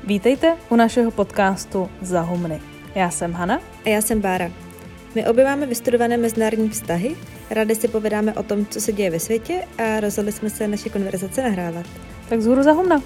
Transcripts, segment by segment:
Vítejte u našeho podcastu Za humny. Já jsem Hana. A já jsem Bára. My obě máme vystudované mezinárodní vztahy, rádi si povídáme o tom, co se děje ve světě a rozhodli jsme se naše konverzace nahrávat. Tak vzhůru za humna.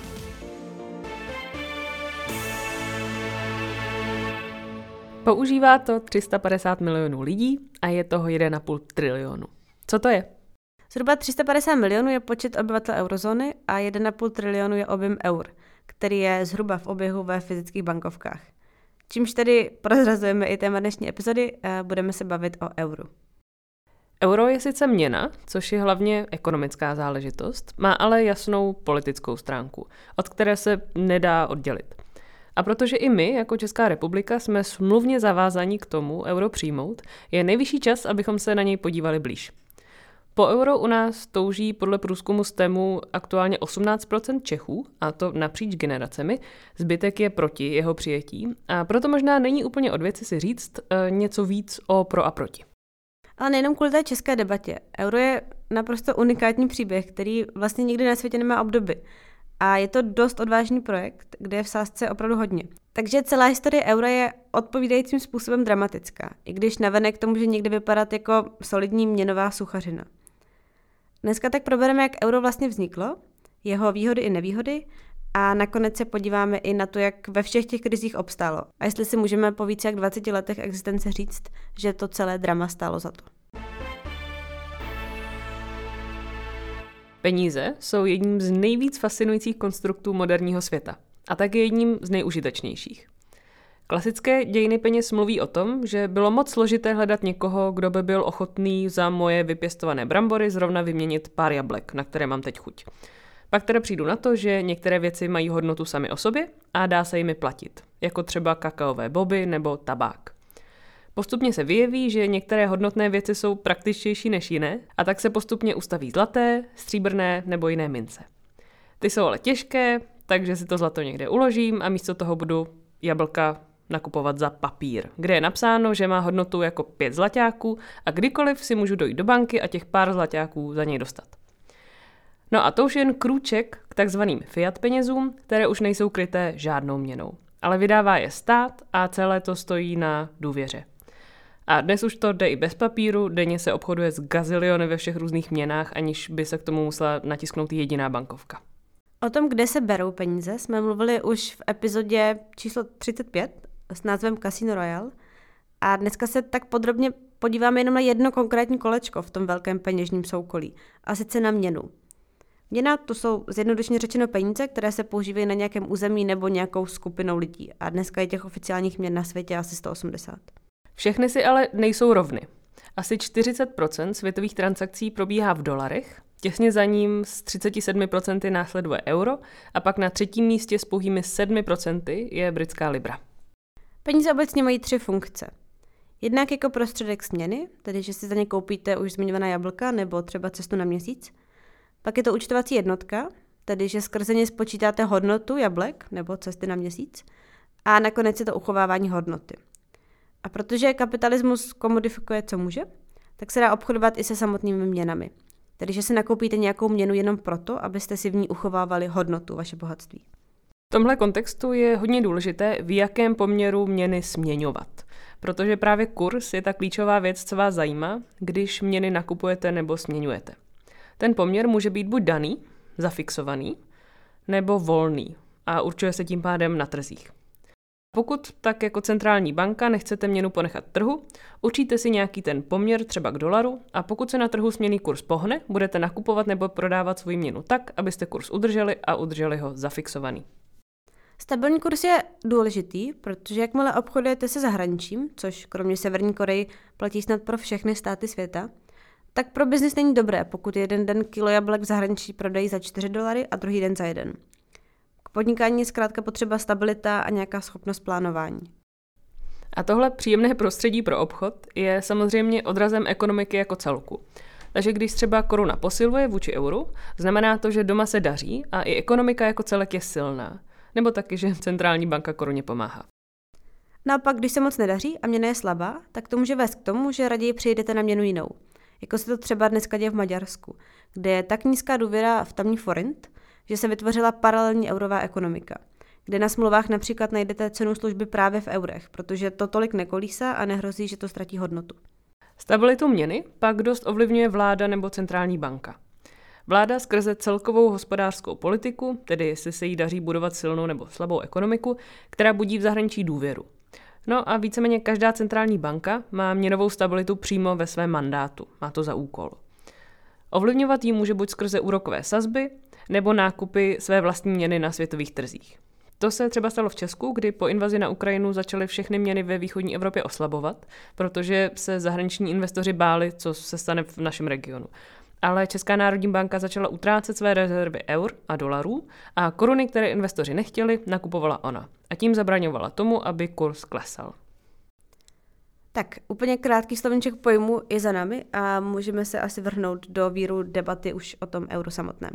Používá to 350 milionů lidí a je toho 1,5 trilionu. Co to je? Zhruba 350 milionů je počet obyvatel eurozóny a 1,5 trilionu je objem eur, který je zhruba v oběhu ve fyzických bankovkách. Čímž tedy prozrazujeme i téma dnešní epizody a budeme se bavit o euru. Euro je sice měna, což je hlavně ekonomická záležitost, má ale jasnou politickou stránku, od které se nedá oddělit. A protože i my, jako Česká republika, jsme smluvně zavázaní k tomu euro přijmout, je nejvyšší čas, abychom se na něj podívali blíž. Po euro u nás touží podle průzkumu STEMu aktuálně 18% Čechů, a to napříč generacemi, zbytek je proti jeho přijetí, a proto možná není úplně od věci si říct něco víc o pro a proti. Ale nejenom kvůli té české debatě. Euro je naprosto unikátní příběh, který vlastně nikdy na světě nemá obdoby. A je to dost odvážný projekt, kde je v sázce opravdu hodně. Takže celá historie eura je odpovídajícím způsobem dramatická, i když navenek to může někdy vypadat jako solidní měnová suchařina. Dneska tak probereme, jak euro vlastně vzniklo, jeho výhody i nevýhody a nakonec se podíváme i na to, jak ve všech těch krizích obstálo. A jestli si můžeme po více jak 20 letech existence říct, že to celé drama stálo za to. Peníze jsou jedním z nejvíc fascinujících konstruktů moderního světa a taky jedním z nejužitečnějších. Klasické dějiny peněz mluví o tom, že bylo moc složité hledat někoho, kdo by byl ochotný za moje vypěstované brambory zrovna vyměnit pár jablek, na které mám teď chuť. Pak teda přijdu na to, že některé věci mají hodnotu sami o sobě a dá se jimi platit, jako třeba kakaové boby nebo tabák. Postupně se vyjeví, že některé hodnotné věci jsou praktičtější než jiné a tak se postupně ustaví zlaté, stříbrné nebo jiné mince. Ty jsou ale těžké, takže si to zlato někde uložím a místo toho budu jablka nakupovat za papír, kde je napsáno, že má hodnotu jako 5 zlaťáků a kdykoliv si můžu dojít do banky a těch pár zlaťáků za něj dostat. No a to už je jen krůček k takzvaným fiat penězům, které už nejsou kryté žádnou měnou, ale vydává je stát a celé to stojí na důvěře. A dnes už to jde i bez papíru, denně se obchoduje s gaziliony ve všech různých měnách, aniž by se k tomu musela natisknout jediná bankovka. O tom, kde se berou peníze, jsme mluvili už v epizodě číslo 35 s názvem Casino Royale a dneska se tak podrobně podíváme jenom na jedno konkrétní kolečko v tom velkém peněžním soukolí, a sice na měnu. Měna to jsou zjednodušeně řečeno peníze, které se používají na nějakém území nebo nějakou skupinou lidí a dneska je těch oficiálních měn na světě asi 180. Všechny si ale nejsou rovny. Asi 40% světových transakcí probíhá v dolarech, těsně za ním s 37% následuje euro a pak na třetím místě s pouhými 7% je britská libra. Peníze obecně mají 3 funkce. Jednak jako prostředek směny, tedy že si za ně koupíte už zmiňovaná jablka nebo třeba cestu na měsíc. Pak je to účtovací jednotka, tedy že skrze ně spočítáte hodnotu jablek nebo cesty na měsíc. A nakonec je to uchovávání hodnoty. A protože kapitalismus komodifikuje, co může, tak se dá obchodovat i se samotnými měnami. Tedy, že si nakoupíte nějakou měnu jenom proto, abyste si v ní uchovávali hodnotu, vaše bohatství. V tomhle kontextu je hodně důležité, v jakém poměru měny směňovat. Protože právě kurz je ta klíčová věc, co vás zajímá, když měny nakupujete nebo směňujete. Ten poměr může být buď daný, zafixovaný, nebo volný a určuje se tím pádem na trzích. Pokud tak jako centrální banka nechcete měnu ponechat trhu, určíte si nějaký ten poměr třeba k dolaru a pokud se na trhu směnný kurz pohne, budete nakupovat nebo prodávat svou měnu tak, abyste kurz udrželi a udrželi ho zafixovaný. Stabilní kurz je důležitý, protože jakmile obchodujete se zahraničím, což kromě Severní Koreji platí snad pro všechny státy světa, tak pro biznis není dobré, pokud jeden den kilo jablek v zahraničí prodají za $4 a druhý den za 1. K podnikání je zkrátka potřeba stabilita a nějaká schopnost plánování. A tohle příjemné prostředí pro obchod je samozřejmě odrazem ekonomiky jako celku. Takže když třeba koruna posiluje vůči euru, znamená to, že doma se daří a i ekonomika jako celek je silná. Nebo taky, že centrální banka koruně pomáhá. Naopak, když se moc nedaří a měna je slabá, tak to může vést k tomu, že raději přejdete na měnu jinou. Jako se to třeba dneska děje v Maďarsku, kde je tak nízká důvěra v tamní forint, že se vytvořila paralelní eurová ekonomika. kde na smlouvách například najdete cenu služby právě v eurech, protože to tolik nekolísá a nehrozí, že to ztratí hodnotu. Stabilitu měny pak dost ovlivňuje vláda nebo centrální banka. Vláda skrze celkovou hospodářskou politiku, tedy jestli se jí daří budovat silnou nebo slabou ekonomiku, která budí v zahraničí důvěru. No a víceméně každá centrální banka má měnovou stabilitu přímo ve svém mandátu, má to za úkol. Ovlivňovat ji může buď skrze úrokové sazby, nebo nákupy své vlastní měny na světových trzích. To se třeba stalo v Česku, kdy po invazi na Ukrajinu začaly všechny měny ve východní Evropě oslabovat, protože se zahraniční investoři báli, co se stane v našem regionu. Ale Česká národní banka začala utrácet své rezervy eur a dolarů a koruny, které investoři nechtěli, nakupovala ona. A tím zabraňovala tomu, aby kurz klesal. Tak, úplně krátký slovíček pojmu je za námi a můžeme se asi vrhnout do víru debaty už o tom euru samotném.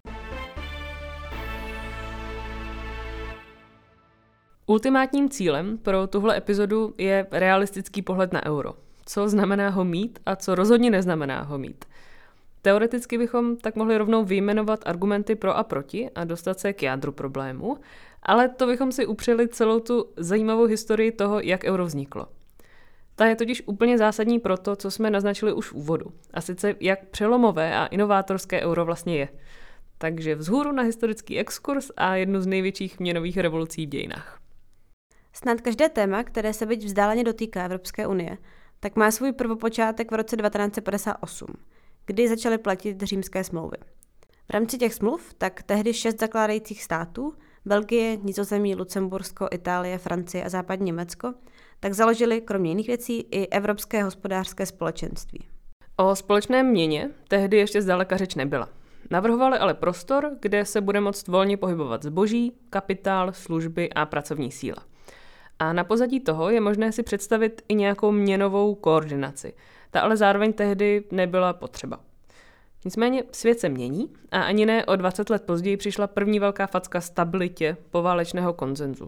Ultimátním cílem pro tuhle epizodu je realistický pohled na euro. Co znamená ho mít a co rozhodně neznamená ho mít. Teoreticky bychom tak mohli rovnou vyjmenovat argumenty pro a proti a dostat se k jádru problému, ale to bychom si upřeli celou tu zajímavou historii toho, jak euro vzniklo. Ta je totiž úplně zásadní pro to, co jsme naznačili už v úvodu, a sice jak přelomové a inovátorské euro vlastně je. Takže vzhůru na historický exkurs a jednu z největších měnových revolucí v dějinách. Snad každé téma, které se byť vzdáleně dotýká Evropské unie, tak má svůj prvopočátek v roce 1958, kdy začaly platit římské smlouvy. V rámci těch smluv tak tehdy 6 zakládajících států, Belgie, Nizozemí, Lucembursko, Itálie, Francie a západní Německo, tak založili kromě jiných věcí i Evropské hospodářské společenství. O společné měně tehdy ještě zdaleka řeč nebyla. Navrhovali ale prostor, kde se bude moct volně pohybovat zboží, kapitál, služby a pracovní síla. A na pozadí toho je možné si představit i nějakou měnovou koordinaci. Ta ale zároveň tehdy nebyla potřeba. Nicméně svět se mění a ani ne o 20 let později přišla první velká facka stabilitě poválečného konsenzu.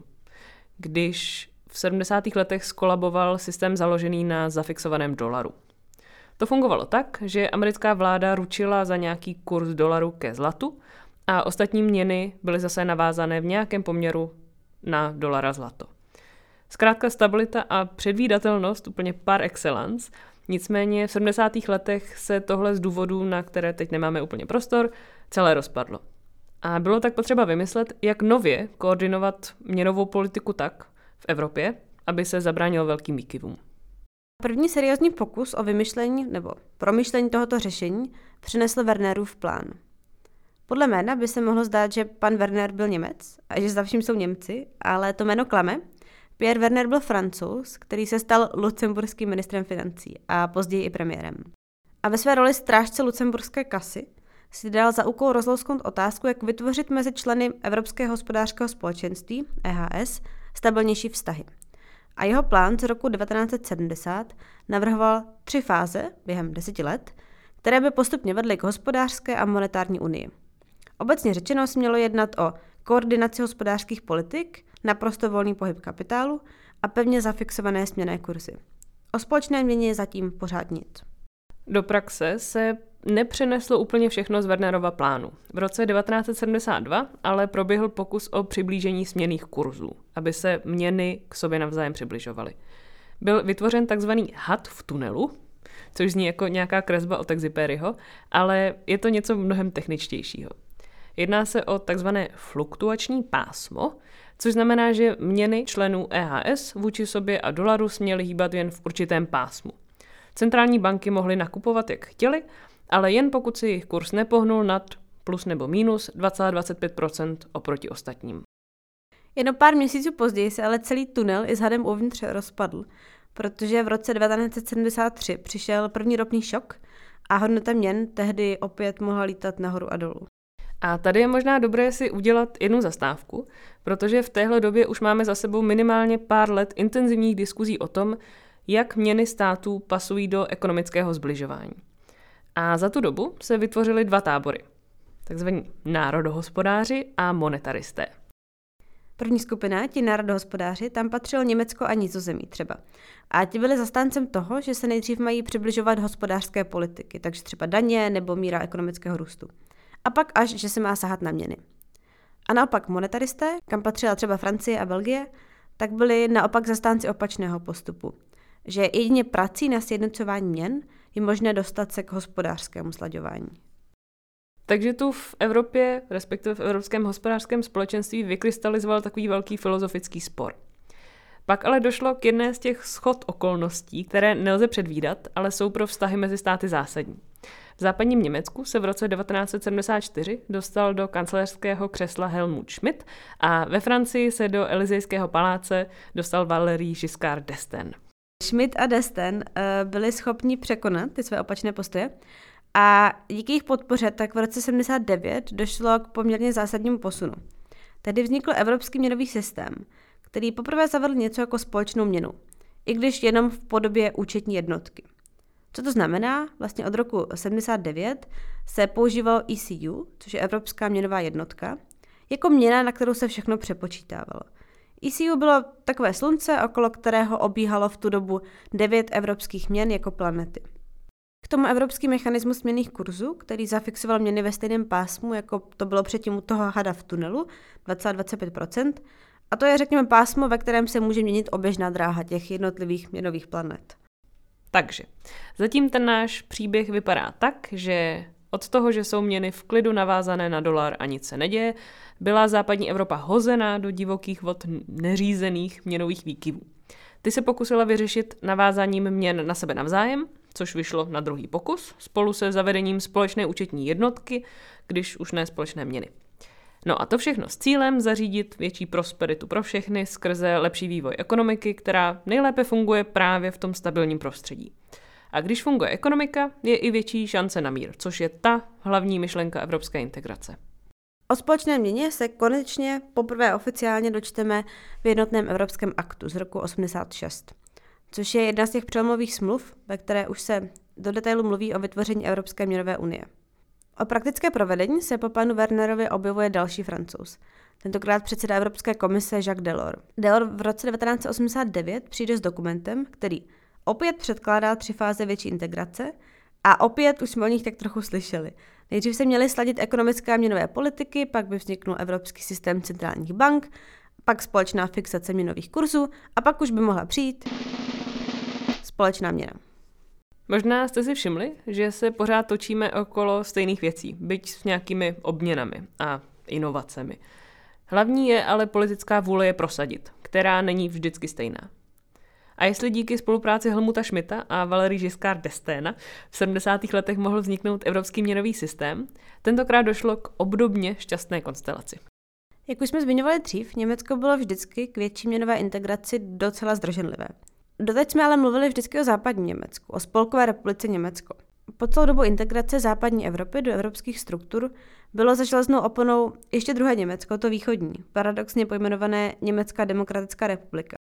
Když v 70. letech skolaboval systém založený na zafixovaném dolaru. To fungovalo tak, že americká vláda ručila za nějaký kurz dolaru ke zlatu a ostatní měny byly zase navázané v nějakém poměru na dolar a zlato. Zkrátka stabilita a předvídatelnost úplně par excellence, nicméně v 70. letech se tohle z důvodů, na které teď nemáme úplně prostor, celé rozpadlo. A bylo tak potřeba vymyslet, jak nově koordinovat měnovou politiku tak v Evropě, aby se zabránilo velkým výkyvům. První seriózní pokus o vymyšlení nebo promyšlení tohoto řešení přinesl Wernerův plán. Podle jména by se mohlo zdát, že pan Werner byl Němec a že za vším jsou Němci, ale to jméno klame. Pierre Werner byl Francouz, který se stal lucemburským ministrem financí a později i premiérem. A ve své roli strážce lucemburské kasy si dal za úkol rozlousknout otázku, jak vytvořit mezi členy Evropského hospodářského společenství, EHS, stabilnější vztahy. A jeho plán z roku 1970 navrhoval 3 fáze během 10 let, které by postupně vedly k hospodářské a monetární unii. Obecně řečeno se mělo jednat o koordinaci hospodářských politik, naprosto volný pohyb kapitálu a pevně zafixované směnné kurzy. O společné měně je zatím pořád nic. Do praxe se nepřeneslo úplně všechno z Wernerova plánu. V roce 1972 ale proběhl pokus o přiblížení směnných kurzů, aby se měny k sobě navzájem přibližovaly. Byl vytvořen takzvaný had v tunelu, což zní jako nějaká kresba od Exupéryho, ale je to něco mnohem techničtějšího. Jedná se o takzvané fluktuační pásmo, což znamená, že měny členů EHS vůči sobě a dolaru směly hýbat jen v určitém pásmu. Centrální banky mohly nakupovat, jak chtěly, ale jen pokud si jejich kurz nepohnul nad plus nebo minus 2,25% oproti ostatním. Jen o pár měsíců později se ale celý tunel i s hadem uvnitř rozpadl, protože v roce 1973 přišel první ropný šok a hodnota měn tehdy opět mohla lítat nahoru a dolů. A tady je možná dobré si udělat jednu zastávku, protože v téhle době už máme za sebou minimálně pár let intenzivních diskuzí o tom, jak měny států pasují do ekonomického zbližování. A za tu dobu se vytvořily 2 tábory, takzvaní národohospodáři a monetaristé. První skupina, ti národohospodáři, tam patřilo Německo a Nizozemí třeba. A ti byli zastáncem toho, že se nejdřív mají přibližovat hospodářské politiky, takže třeba daně nebo míra ekonomického růstu. A pak až, že se má sahat na měny. A naopak monetaristé, kam patřila třeba Francie a Belgie, tak byli naopak zastánci opačného postupu, že jedině prací na sjednocování měn je možné dostat se k hospodářskému slaďování. Takže tu v Evropě, respektive v Evropském hospodářském společenství, vykrystalizoval takový velký filozofický spor. Pak ale došlo k jedné z těch shod okolností, které nelze předvídat, ale jsou pro vztahy mezi státy zásadní. V západním Německu se v roce 1974 dostal do kancléřského křesla Helmut Schmidt a ve Francii se do Elysejského paláce dostal Valéry Giscard d'Estaing. Schmidt a d'Estaing byli schopni překonat ty své opačné postoje a díky jejich podpoře tak v roce 79 došlo k poměrně zásadnímu posunu. Tedy vznikl evropský měnový systém, který poprvé zavedl něco jako společnou měnu, i když jenom v podobě účetní jednotky. Co to znamená? Vlastně od roku 79 se používalo ECU, což je Evropská měnová jednotka, jako měna, na kterou se všechno přepočítávalo. ECU bylo takové slunce, okolo kterého obíhalo v tu dobu 9 evropských měn jako planety. K tomu evropský mechanismus směnných kurzů, který zafixoval měny ve stejném pásmu, jako to bylo předtím u toho hada v tunelu, 20-25%, a to je, řekněme, pásmo, ve kterém se může měnit oběžná dráha těch jednotlivých měnových planet. Takže zatím ten náš příběh vypadá tak, že od toho, že jsou měny v klidu navázané na dolar a nic se neděje, byla západní Evropa hozena do divokých vod neřízených měnových výkyvů. Ty se pokusila vyřešit navázáním měn na sebe navzájem, což vyšlo na druhý pokus, spolu se zavedením společné účetní jednotky, když už ne společné měny. No a to všechno s cílem zařídit větší prosperitu pro všechny skrze lepší vývoj ekonomiky, která nejlépe funguje právě v tom stabilním prostředí. A když funguje ekonomika, je i větší šance na mír, což je ta hlavní myšlenka evropské integrace. O společné měně se konečně poprvé oficiálně dočteme v jednotném evropském aktu z roku 86, což je jedna z těch přelomových smluv, ve které už se do detailu mluví o vytvoření Evropské měnové unie. O praktické provedení se po panu Wernerovi objevuje další Francouz. Tentokrát předseda Evropské komise Jacques Delors. Delors v roce 1989 přijde s dokumentem, který opět předkládá 3 fáze větší integrace a opět už jsme o nich tak trochu slyšeli. Nejdřív se měly sladit ekonomické a měnové politiky, pak by vzniknul evropský systém centrálních bank, pak společná fixace měnových kurzů a pak už by mohla přijít společná měna. Možná jste si všimli, že se pořád točíme okolo stejných věcí, byť s nějakými obměnami a inovacemi. Hlavní je ale politická vůle je prosadit, která není vždycky stejná. A jestli díky spolupráci Helmuta Schmidta a Valéry Giscard d'Estainga v 70. letech mohl vzniknout evropský měnový systém, tentokrát došlo k obdobně šťastné konstelaci. Jak už jsme zmiňovali dřív, Německo bylo vždycky k větší měnové integraci docela zdrženlivé. Doteď jsme ale mluvili vždycky o západní Německu, o Spolkové republice Německo. Po celou dobu integrace západní Evropy do evropských struktur bylo za železnou oponou ještě druhé Německo, to východní, paradoxně pojmenované Německá demokratická republika.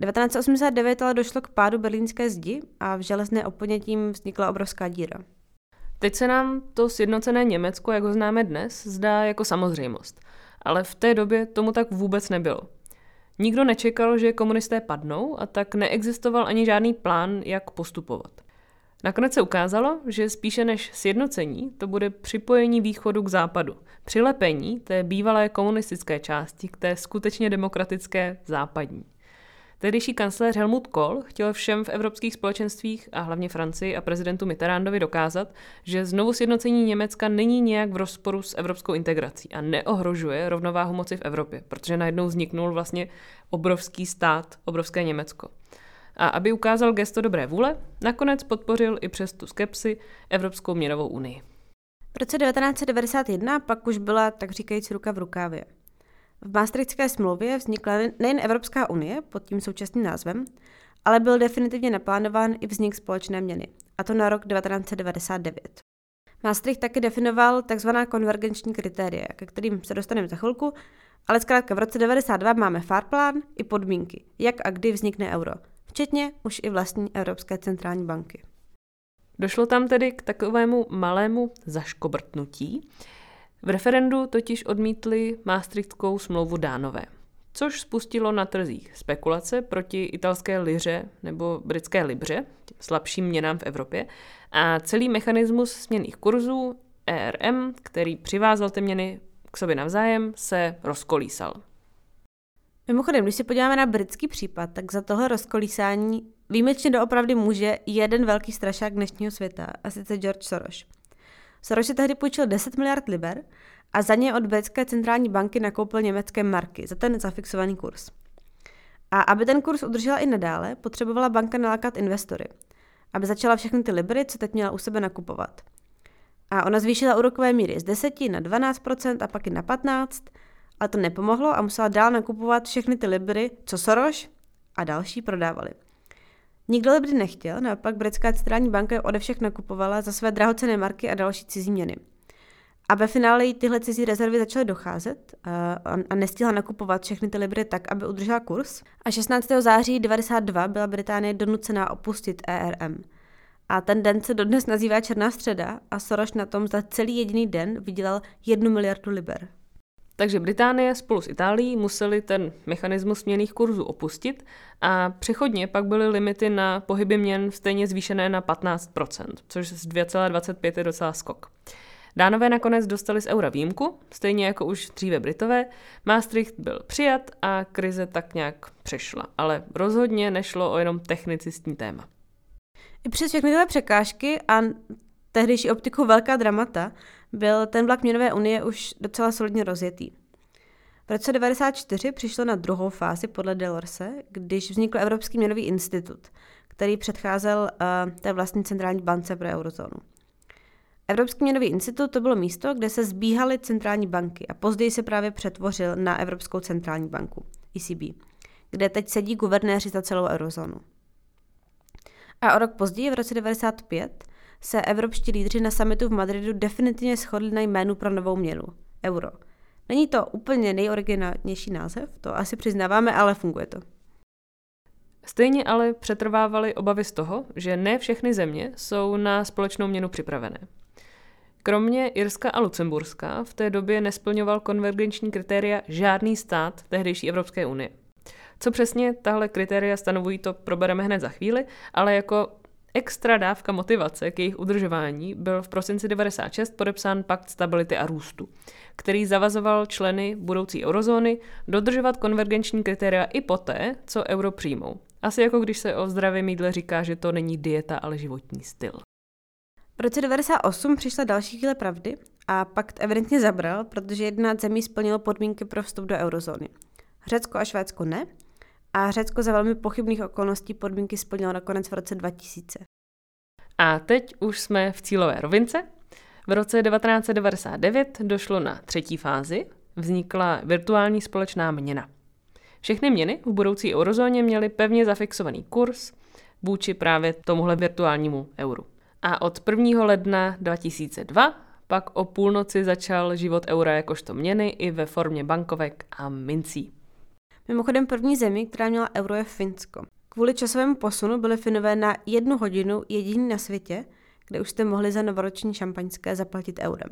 1989 ale došlo k pádu berlínské zdi a v železné oponě tím vznikla obrovská díra. Teď se nám to sjednocené Německo, jak ho známe dnes, zdá jako samozřejmost. Ale v té době tomu tak vůbec nebylo. Nikdo nečekal, že komunisté padnou a tak neexistoval ani žádný plán, jak postupovat. Nakonec se ukázalo, že spíše než sjednocení to bude připojení východu k západu, přilepení té bývalé komunistické části k té skutečně demokratické západní. Tehdejší kancléř Helmut Kohl chtěl všem v evropských společenstvích a hlavně Francii a prezidentu Mitterrandovi dokázat, že znovu sjednocení Německa není nějak v rozporu s evropskou integrací a neohrožuje rovnováhu moci v Evropě, protože najednou vzniknul vlastně obrovský stát, obrovské Německo. A aby ukázal gesto dobré vůle, nakonec podpořil i přes tu skepsi Evropskou měnovou unii. V roce 1991 pak už byla, tak říkajíc, ruka v rukávě. V Maastrichtské smlouvě vznikla nejen Evropská unie pod tím současným názvem, ale byl definitivně naplánován i vznik společné měny, a to na rok 1999. Maastricht taky definoval tzv. Konvergenční kritéria, ke kterým se dostaneme za chvilku, ale zkrátka v roce 1992 máme fahrplan i podmínky, jak a kdy vznikne euro, včetně už i vlastní Evropské centrální banky. Došlo tam tedy k takovému malému zaškobrtnutí. V referendu totiž odmítli Maastrichtskou smlouvu Dánové, což spustilo na trzích spekulace proti italské liře nebo britské libře, těm slabším měnám v Evropě, a celý mechanismus směnných kurzů ERM, který přivázal ty měny k sobě navzájem, se rozkolísal. Mimochodem, když se podíváme na britský případ, tak za tohle rozkolísání výjimečně doopravdy může jeden velký strašák dnešního světa, a sice George Soros. Soros si tehdy půjčil 10 miliard liber a za ně od britské centrální banky nakoupil německé marky za ten zafixovaný kurz. A aby ten kurz udržela i nadále, potřebovala banka nalákat investory, aby začala všechny ty libry, co teď měla u sebe nakupovat. A ona zvýšila úrokové míry z 10 na 12% a pak i na 15%, ale to nepomohlo a musela dál nakupovat všechny ty libry, co Soros a další prodávali. Nikdo libry nechtěl, naopak britská centrální banka je ode všech nakupovala za své drahocenné marky a další cizí měny. A ve finále jí tyhle cizí rezervy začaly docházet a nestihla nakupovat všechny ty libry tak, aby udržela kurz. A 16. září 1992 byla Británie donucená opustit ERM. A ten den se dodnes nazývá Černá středa a Soros na tom za celý jediný den vydělal 1 miliardu liber. Takže Británie spolu s Itálií museli ten mechanismus směnných kurzů opustit a přechodně pak byly limity na pohyby měn stejně zvýšené na 15%, což z 2,25 je docela skok. Dánové nakonec dostali z eura výjimku, stejně jako už dříve Britové. Maastricht byl přijat a krize tak nějak přešla, ale rozhodně nešlo o jenom technicistní téma. I přes všechny tyhle překážky a tehdejší optikou velká dramata byl ten vlak měnové unie už docela solidně rozjetý. V roce 1994 přišlo na druhou fázi podle Delorse, když vznikl Evropský měnový institut, který předcházel té vlastní centrální bance pro eurozónu. Evropský měnový institut to bylo místo, kde se sbíhaly centrální banky a později se právě přetvořil na Evropskou centrální banku, ECB, kde teď sedí guvernéři za celou eurozónu. A o rok později, v roce 1995, se evropští lídři na summitu v Madridu definitivně shodli na jménu pro novou měnu, euro. Není to úplně nejoriginálnější název, to asi přiznáváme, ale funguje to. Stejně ale přetrvávaly obavy z toho, že ne všechny země jsou na společnou měnu připravené. Kromě Irska a Lucemburska v té době nesplňoval konvergenční kritéria žádný stát tehdejší Evropské unie. Co přesně tahle kritéria stanovují, to probereme hned za chvíli, ale jako extra dávka motivace k jejich udržování byl v prosinci 1996 podepsán Pakt stability a růstu, který zavazoval členy budoucí eurozóny dodržovat konvergenční kritéria i poté, co euro přijmou. Asi jako když se o zdravém jídle říká, že to není dieta, ale životní styl. V roce 1998 přišla další chvíle pravdy a pakt evidentně zabral, protože 11 zemí splnilo podmínky pro vstup do eurozóny. Řecko a Švédsko ne, a Řecko za velmi pochybných okolností podmínky splnilo nakonec v roce 2000. A teď už jsme v cílové rovince. V roce 1999 došlo na třetí fázi, vznikla virtuální společná měna. Všechny měny v budoucí eurozóně měly pevně zafixovaný kurz vůči právě tomuhle virtuálnímu euru. A od 1. ledna 2002 pak o půlnoci začal život eura jakožto měny i ve formě bankovek a mincí. Mimochodem první zemí, která měla euro, je Finsko. Kvůli časovému posunu byly Finové na 1 hodinu jediní na světě, kde už jste mohli za novoroční šampaňské zaplatit eurem.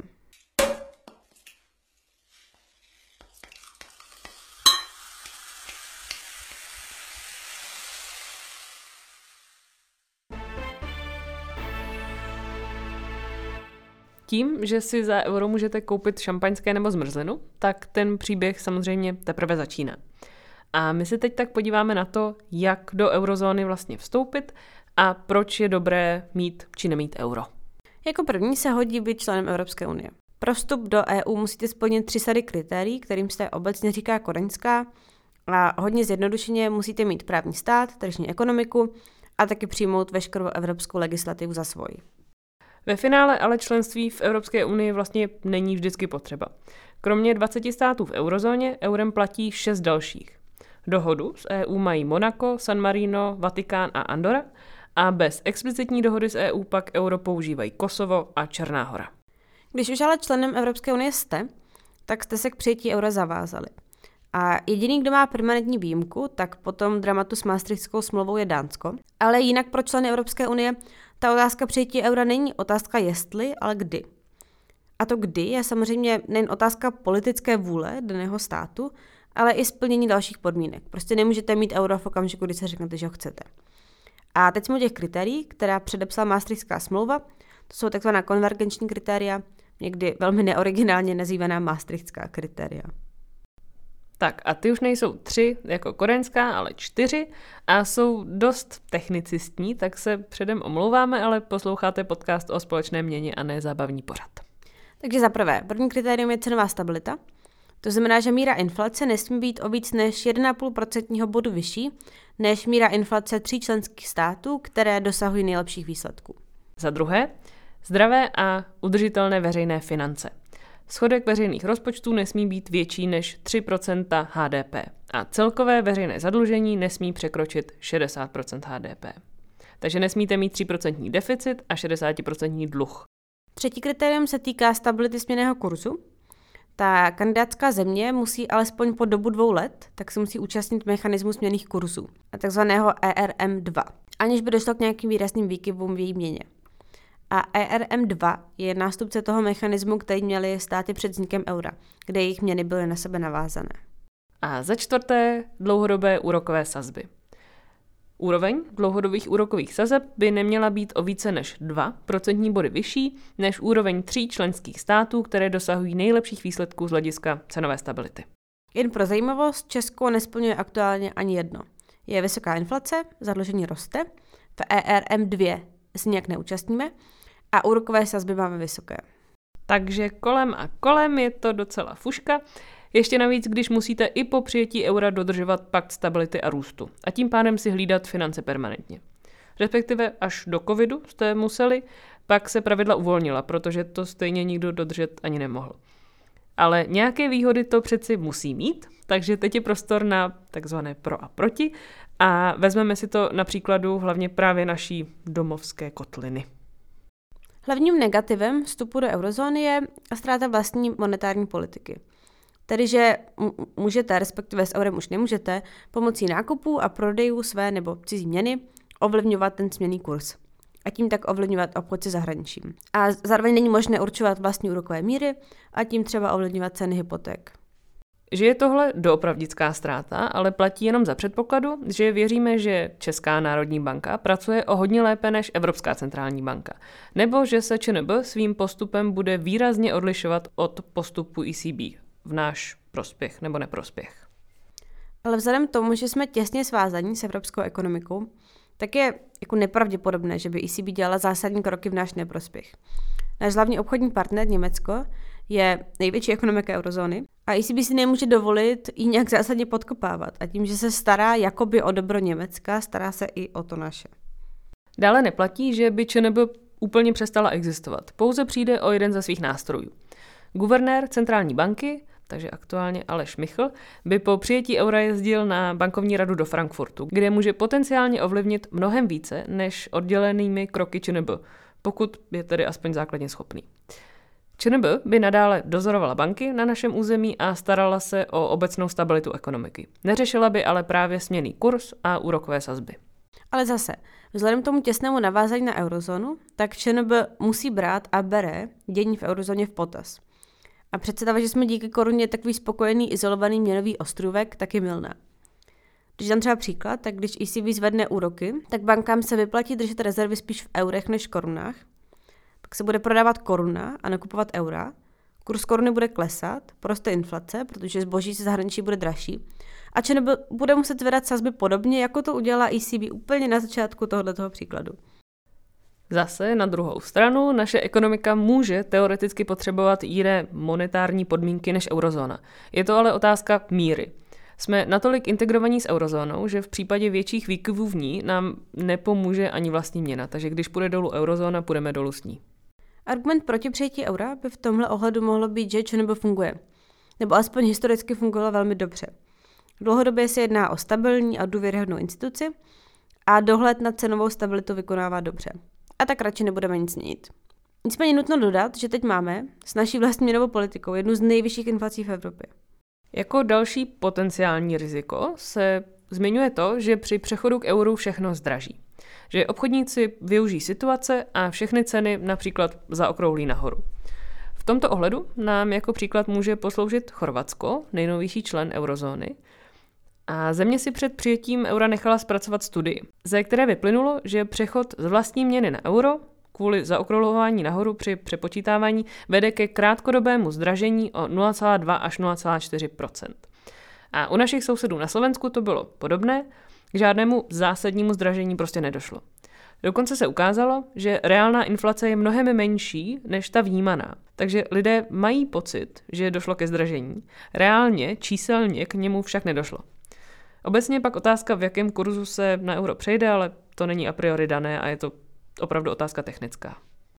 Tím, že si za euro můžete koupit šampaňské nebo zmrzlinu, tak ten příběh samozřejmě teprve začíná. A my se teď tak podíváme na to, jak do eurozóny vlastně vstoupit a proč je dobré mít či nemít euro. Jako první se hodí být členem Evropské unie. Pro vstup do EU musíte splnit 3 sady kritérií, kterým se obecně říká kodaňská, a hodně zjednodušeně musíte mít právní stát, tržní ekonomiku a taky přijmout veškerou evropskou legislativu za svoji. Ve finále ale členství v Evropské unii vlastně není vždycky potřeba. Kromě 20 států v eurozóně eurem platí 6 dalších. Dohodu s EU mají Monako, San Marino, Vatikán a Andorra a bez explicitní dohody s EU pak euro používají Kosovo a Černá Hora. Když už ale členem Evropské unie jste, tak jste se k přijetí eura zavázali. A jediný, kdo má permanentní výjimku, tak potom dramatu s Maastrichtskou smlouvou je Dánsko. Ale jinak pro členy Evropské unie ta otázka přijetí eura není otázka jestli, ale kdy. A to kdy je samozřejmě nejen otázka politické vůle daného státu, ale i splnění dalších podmínek. Prostě nemůžete mít euro v okamžiku, kdy se řeknete, že ho chcete. A teď jsme u těch kritérií, která předepsala Maastrichtská smlouva. To jsou takzvaná konvergenční kritéria, někdy velmi neoriginálně nazývaná maastrichtská kritéria. Tak a ty už nejsou 3 jako koreňská, ale 4 a jsou dost technicistní, tak se předem omlouváme, ale posloucháte podcast o společné měně a ne zábavní pořad. Takže za prvé, první kritérium je cenová stabilita. To znamená, že míra inflace nesmí být o víc než 1,5% bodu vyšší než míra inflace 3 členských států, které dosahují nejlepších výsledků. Za druhé, zdravé a udržitelné veřejné finance. Schodek veřejných rozpočtů nesmí být větší než 3% HDP a celkové veřejné zadlužení nesmí překročit 60% HDP. Takže nesmíte mít 3% deficit a 60% dluh. Třetí kritérium se týká stability směnného kurzu. Ta kandidátská země musí alespoň po dobu 2 let, tak se musí účastnit mechanismu směnných kurzů, takzvaného ERM2, aniž by došlo k nějakým výrazným výkyvům v její měně. A ERM2 je nástupce toho mechanismu, který měly státy před vznikem eura, kde jejich měny byly na sebe navázané. A za čtvrté, dlouhodobé úrokové sazby. Úroveň dlouhodobých úrokových sazeb by neměla být o více než 2% body vyšší než úroveň 3 členských států, které dosahují nejlepších výsledků z hlediska cenové stability. Jen pro zajímavost, Česko nesplňuje aktuálně ani jedno. Je vysoká inflace, zadlužení roste, v ERM2 se nějak neúčastníme a úrokové sazby máme vysoké. Takže kolem a kolem je to docela fuška. Ještě navíc, když musíte i po přijetí eura dodržovat pakt stability a růstu a tím pádem si hlídat finance permanentně. Respektive až do covidu jste museli, pak se pravidla uvolnila, protože to stejně nikdo dodržet ani nemohl. Ale nějaké výhody to přeci musí mít, takže teď je prostor na takzvané pro a proti a vezmeme si to na příkladu hlavně právě naší domovské kotliny. Hlavním negativem vstupu do eurozóny je ztráta vlastní monetární politiky. Tedy, že můžete, respektive s eurem už nemůžete, pomocí nákupů a prodejů své nebo cizí měny ovlivňovat ten směnný kurz a tím tak ovlivňovat obchod se zahraničím. A zároveň není možné určovat vlastní úrokové míry a tím třeba ovlivňovat ceny hypoték. Že je tohle doopravdická ztráta, ale platí jenom za předpokladu, že věříme, že Česká národní banka pracuje o hodně lépe než Evropská centrální banka, nebo že se ČNB svým postupem bude výrazně odlišovat od postupu ECB v náš prospěch nebo neprospěch. Ale vzhledem k tomu, že jsme těsně svázaní s evropskou ekonomikou, tak je jako nepravděpodobné, že by ECB dělala zásadní kroky v náš neprospěch. Náš hlavní obchodní partner Německo je největší ekonomika eurozóny a ECB si nemůže dovolit ji nějak zásadně podkopávat a tím, že se stará jakoby o dobro Německa, stará se i o to naše. Dále neplatí, že by ČNB úplně přestala existovat. Pouze přijde o jeden ze svých nástrojů. Guvernér centrální banky, takže aktuálně Aleš Michl, by po přijetí eura jezdil na bankovní radu do Frankfurtu, kde může potenciálně ovlivnit mnohem více než oddělenými kroky ČNB, pokud je tedy aspoň základně schopný. ČNB by nadále dozorovala banky na našem území a starala se o obecnou stabilitu ekonomiky. Neřešila by ale právě směnný kurz a úrokové sazby. Ale zase, vzhledem k tomu těsnému navázání na eurozónu, tak ČNB musí brát a bere dění v eurozóně v potaz. A představa, že jsme díky koruně takový spokojený, izolovaný měnový ostrůvek, tak je mylná. Když dám třeba příklad, tak když ECB zvedne úroky, tak bankám se vyplatí držet rezervy spíš v eurech než korunách. Pak se bude prodávat koruna a nakupovat eura. Kurz koruny bude klesat, poroste inflace, protože zboží ze zahraničí bude dražší. A ČNB bude muset zvedat sazby podobně, jako to udělala ECB úplně na začátku tohoto příkladu. Zase na druhou stranu naše ekonomika může teoreticky potřebovat jiné monetární podmínky než eurozóna. Je to ale otázka míry. Jsme natolik integrovaní s eurozónou, že v případě větších výkyvů v ní nám nepomůže ani vlastní měna, takže když půjde dolů eurozóna, půjdeme dolů s ní. Argument proti přijetí eura by v tomhle ohledu mohlo být, že ČNB funguje. Nebo aspoň historicky fungovala velmi dobře. Dlouhodobě se jedná o stabilní a důvěryhodnou instituci a dohled nad cenovou stabilitu vykonává dobře. A tak radši nebudeme nic měnit. Nicméně nutno dodat, že teď máme s naší vlastní měnovou politikou jednu z nejvyšších inflací v Evropě. Jako další potenciální riziko se zmiňuje to, že při přechodu k euru všechno zdraží. Že obchodníci využijí situace a všechny ceny například zaokrouhlí nahoru. V tomto ohledu nám jako příklad může posloužit Chorvatsko, nejnovější člen eurozóny. A země si před přijetím eura nechala zpracovat studii, ze které vyplynulo, že přechod z vlastní měny na euro kvůli zaokrouhlování nahoru při přepočítávání vede ke krátkodobému zdražení o 0,2 až 0,4 %. A u našich sousedů na Slovensku to bylo podobné, k žádnému zásadnímu zdražení prostě nedošlo. Dokonce se ukázalo, že reálná inflace je mnohem menší než ta vnímaná. Takže lidé mají pocit, že došlo ke zdražení. Reálně, číselně k němu však nedošlo. Obecně pak otázka, v jakém kurzu se na euro přejde, ale to není a priori dané a je to opravdu otázka technická.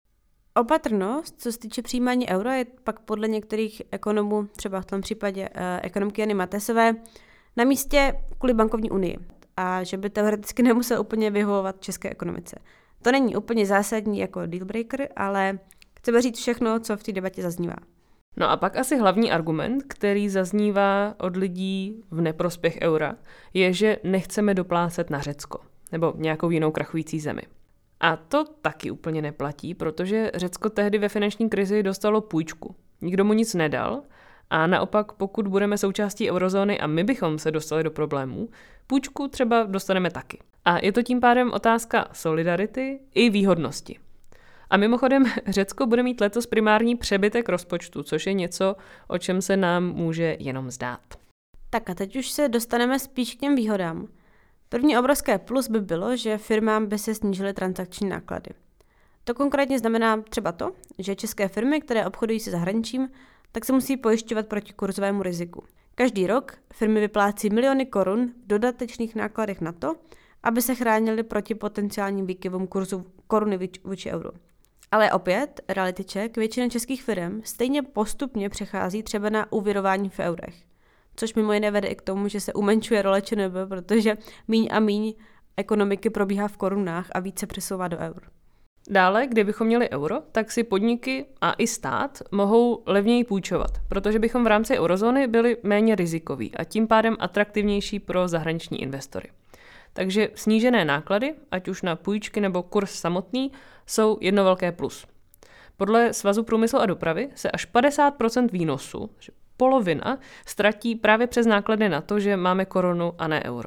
Opatrnost, co se týče přijímání eura, je pak podle některých ekonomů, třeba v tom případě ekonomky Jany Matesové, na místě kvůli bankovní unii a že by teoreticky nemusel úplně vyhovovat české ekonomice. To není úplně zásadní jako dealbreaker, ale chceme říct všechno, co v té debatě zaznívá. No a pak asi hlavní argument, který zaznívá od lidí v neprospěch eura, je, že nechceme doplácet na Řecko nebo nějakou jinou krachující zemi. A to taky úplně neplatí, protože Řecko tehdy ve finanční krizi dostalo půjčku. Nikdo mu nic nedal a naopak pokud budeme součástí eurozóny a my bychom se dostali do problémů, půjčku třeba dostaneme taky. A je to tím pádem otázka solidarity i výhodnosti. A mimochodem Řecko bude mít letos primární přebytek rozpočtu, což je něco, o čem se nám může jenom zdát. Tak a teď už se dostaneme spíš k těm výhodám. První obrovské plus by bylo, že firmám by se snížily transakční náklady. To konkrétně znamená třeba to, že české firmy, které obchodují se zahraničím, tak se musí pojišťovat proti kurzovému riziku. Každý rok firmy vyplácí miliony korun v dodatečných nákladech na to, aby se chránily proti potenciálním výkyvům kurzu koruny vůči euru. Ale opět, reality check, většina českých firm stejně postupně přechází třeba na úvěrování v eurech. Což mimo jiné vede i k tomu, že se umenšuje role ČNB, protože míň a míň ekonomiky probíhá v korunách a více přesouvá do eur. Dále, kdybychom měli euro, tak si podniky a i stát mohou levněji půjčovat, protože bychom v rámci eurozóny byli méně rizikoví a tím pádem atraktivnější pro zahraniční investory. Takže snížené náklady, ať už na půjčky nebo kurz samotný, jsou jedno velké plus. Podle Svazu průmyslu a dopravy se až 50% výnosu, polovina, ztratí právě přes náklady na to, že máme korunu a ne euro.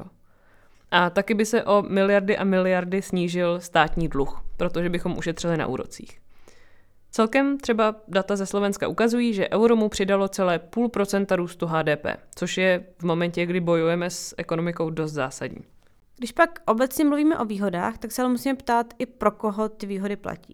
A taky by se o miliardy a miliardy snížil státní dluh, protože bychom ušetřili na úrocích. Celkem třeba data ze Slovenska ukazují, že euro mu přidalo celé 0,5% růstu HDP, což je v momentě, kdy bojujeme s ekonomikou dost zásadní. Když pak obecně mluvíme o výhodách, tak se ale musíme ptát i pro koho ty výhody platí.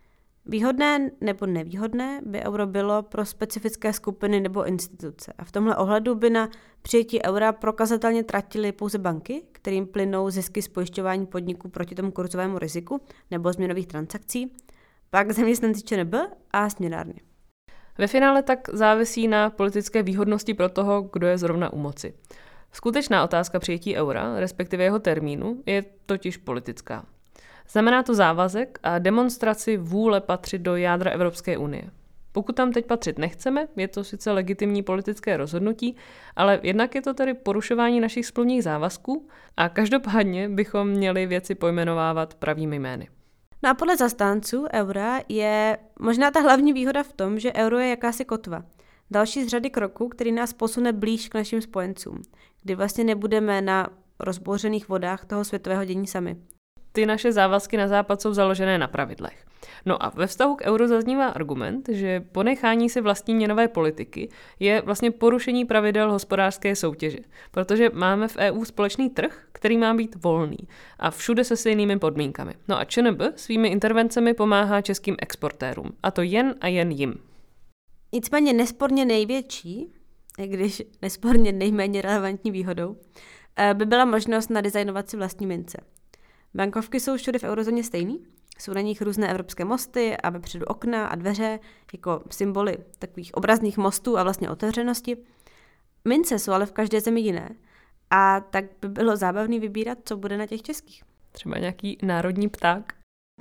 Výhodné nebo nevýhodné by euro bylo pro specifické skupiny nebo instituce. A v tomhle ohledu by na přijetí eura prokazatelně tratily pouze banky, kterým plynou zisky z pojišťování podniků proti tomu kurzovému riziku nebo změnových transakcí, pak zaměstnanci ČNB a směnárny. Ve finále tak závisí na politické výhodnosti pro toho, kdo je zrovna u moci. Skutečná otázka přijetí eura, respektive jeho termínu, je totiž politická. Znamená to závazek a demonstraci vůle patřit do jádra Evropské unie. Pokud tam teď patřit nechceme, je to sice legitimní politické rozhodnutí, ale jednak je to tedy porušování našich smluvních závazků a každopádně bychom měli věci pojmenovávat pravými jmény. No a podle zastánců eura je možná ta hlavní výhoda v tom, že euro je jakási kotva. Další z řady kroků, který nás posune blíž k našim spojencům, kdy vlastně nebudeme na rozbouřených vodách toho světového dění sami. Ty naše závazky na západ jsou založené na pravidlech. No a ve vztahu k euru zaznívá argument, že ponechání si vlastní měnové politiky je vlastně porušení pravidel hospodářské soutěže, protože máme v EU společný trh, který má být volný a všude se stejnými podmínkami. No a ČNB svými intervencemi pomáhá českým exportérům, a to jen a jen jim. Nicméně nesporně největší, i když nesporně nejméně relevantní výhodou, by byla možnost nadizajnovat si vlastní mince. Bankovky jsou všude v eurozóně stejný, jsou na nich různé evropské mosty a vepředu okna a dveře jako symboly takových obrazných mostů a vlastně otevřenosti. Mince jsou ale v každé zemi jiné a tak by bylo zábavný vybírat, co bude na těch českých. Třeba nějaký národní pták.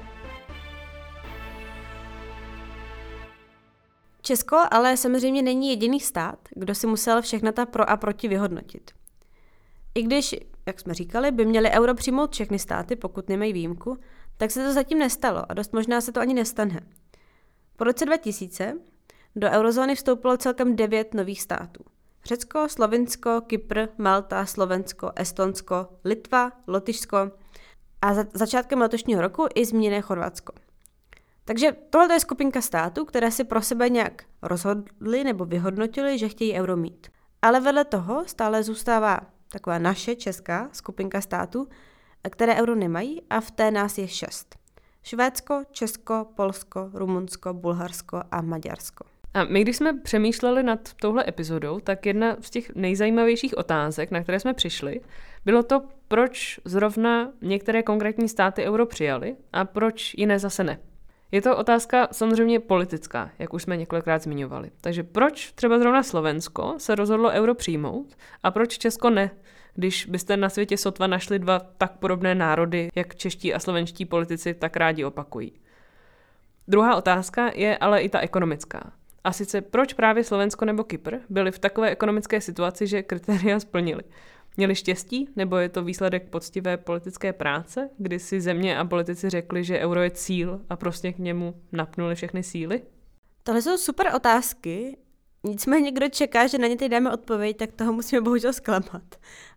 Česko ale samozřejmě není jediný stát, kdo si musel všechna ta pro a proti vyhodnotit. I když, jak jsme říkali, by měli euro přijmout všechny státy, pokud nemají výjimku, tak se to zatím nestalo a dost možná se to ani nestane. Po roce 2000 do eurozóny vstoupilo celkem 9 nových států. Řecko, Slovinsko, Kypr, Malta, Slovensko, Estonsko, Litva, Lotyšsko a začátkem letošního roku i zmíněné Chorvatsko. Takže tohle je skupinka států, které si pro sebe nějak rozhodly nebo vyhodnotili, že chtějí euro mít. Ale vedle toho stále zůstává taková naše česká skupinka států, které euro nemají, a v té nás je 6. Švédsko, Česko, Polsko, Rumunsko, Bulharsko a Maďarsko. A my, když jsme přemýšleli nad touhle epizodou, tak jedna z těch nejzajímavějších otázek, na které jsme přišli, bylo to, proč zrovna některé konkrétní státy euro přijaly a proč jiné zase ne. Je to otázka samozřejmě politická, jak už jsme několikrát zmiňovali. Takže proč třeba zrovna Slovensko se rozhodlo euro přijmout a proč Česko ne, když byste na světě sotva našli dva tak podobné národy, jak čeští a slovenští politici tak rádi opakují. Druhá otázka je ale i ta ekonomická. A sice proč právě Slovensko nebo Kypr byli v takové ekonomické situaci, že kritéria splnili? Měli štěstí, nebo je to výsledek poctivé politické práce, kdy si země a politici řekli, že euro je cíl a prostě k němu napnuli všechny síly? Tohle jsou super otázky, nicméně kdo čeká, že na ně teď dáme odpověď, tak toho musíme bohužel zklamat.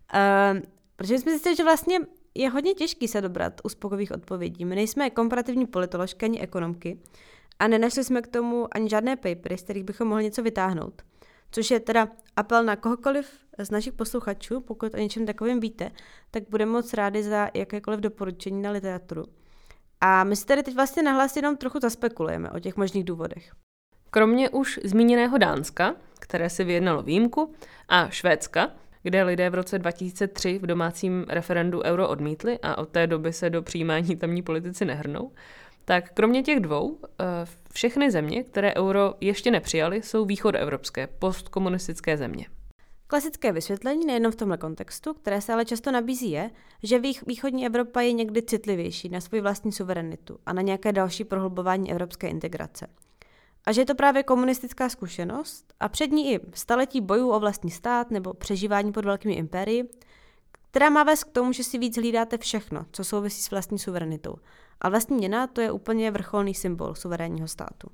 Protože jsme zjistili, že vlastně je hodně těžký se dobrat uspokojivých odpovědí. My nejsme komparativní politoložky ani ekonomky a nenašli jsme k tomu ani žádné papery, z kterých bychom mohli něco vytáhnout. Což je teda apel na kohokoliv z našich posluchačů, pokud o něčem takovém víte, tak budeme moc rádi za jakékoliv doporučení na literaturu. A my si tady teď vlastně nahlas jenom trochu zaspekulujeme o těch možných důvodech. Kromě už zmíněného Dánska, které si vyjednalo výjimku, a Švédska, kde lidé v roce 2003 v domácím referendu euro odmítli a od té doby se do přijímání tamní politici nehrnou, tak kromě těch dvou, všechny země, které euro ještě nepřijaly, jsou východoevropské, postkomunistické země. Klasické vysvětlení nejenom v tomhle kontextu, které se ale často nabízí, je, že východní Evropa je někdy citlivější na svou vlastní suverenitu a na nějaké další prohlubování evropské integrace. A že je to právě komunistická zkušenost a před ní i staletí bojů o vlastní stát nebo přežívání pod velkými impérii, která má vést k tomu, že si víc hlídáte všechno, co souvisí s vlastní suverenitou. A vlastní měna, to je úplně vrcholný symbol suverénního státu.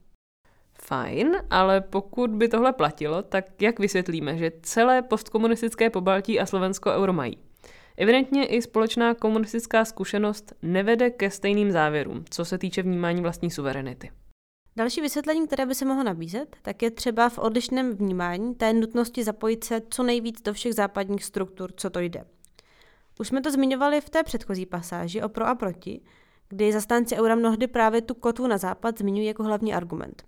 Fajn, ale pokud by tohle platilo, tak jak vysvětlíme, že celé postkomunistické Pobaltí a Slovensko euro mají? Evidentně i společná komunistická zkušenost nevede ke stejným závěrům, co se týče vnímání vlastní suverenity. Další vysvětlení, které by se mohlo nabízet, tak je třeba v odlišném vnímání té nutnosti zapojit se co nejvíc do všech západních struktur, co to jde. Už jsme to zmiňovali v té předchozí pasáži o pro a proti, kdy zastánci eura mnohdy právě tu kotvu na západ zmiňují jako hlavní argument.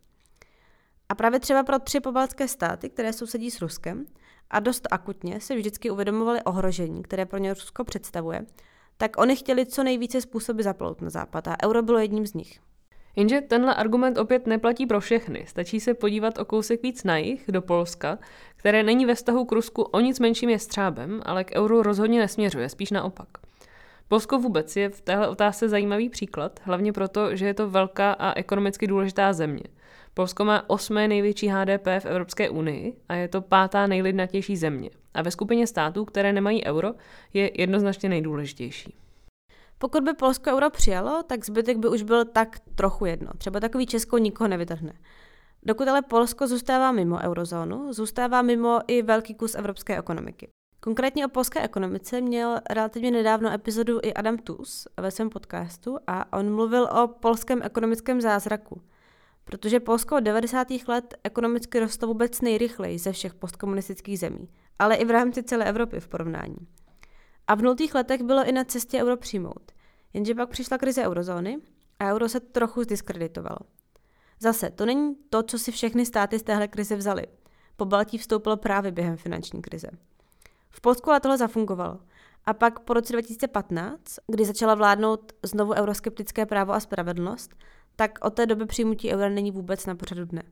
A právě třeba pro 3 pobaltské státy, které sousedí s Ruskem a dost akutně se vždycky uvědomovali ohrožení, které pro ně Rusko představuje, tak oni chtěli co nejvíce způsoby zaplout na západ a euro bylo jedním z nich. Jenže tenhle argument opět neplatí pro všechny. Stačí se podívat o kousek víc na jih, do Polska, které není ve vztahu k Rusku o nic menším jestřábem, ale k euru rozhodně nesměřuje, spíš naopak. Polsko vůbec je v téhle otázce zajímavý příklad, hlavně proto, že je to velká a ekonomicky důležitá země. Polsko má 8. největší HDP v Evropské unii a je to 5. nejlidnatější země. A ve skupině států, které nemají euro, je jednoznačně nejdůležitější. Pokud by Polsko euro přijalo, tak zbytek by už byl tak trochu jedno. Třeba takový Česko nikoho nevytrhne. Dokud ale Polsko zůstává mimo eurozónu, zůstává mimo i velký kus evropské ekonomiky. Konkrétně o polské ekonomice měl relativně nedávno epizodu i Adam Tooze ve svém podcastu a on mluvil o polském ekonomickém zázraku. Protože Polsko od 90. let ekonomicky rostlo vůbec nejrychleji ze všech postkomunistických zemí, ale i v rámci celé Evropy v porovnání. A v 0. letech bylo i na cestě euro přijmout. Jenže pak přišla krize eurozóny a euro se trochu zdiskreditovalo. Zase, to není to, co si všechny státy z téhle krize vzali. Pobaltí vstoupilo právě během finanční krize. V Polsku ale tohle zafungovalo. A pak po roce 2015, kdy začala vládnout znovu euroskeptické právo a spravedlnost, tak od té doby přijmutí eura není vůbec na pořadu dne.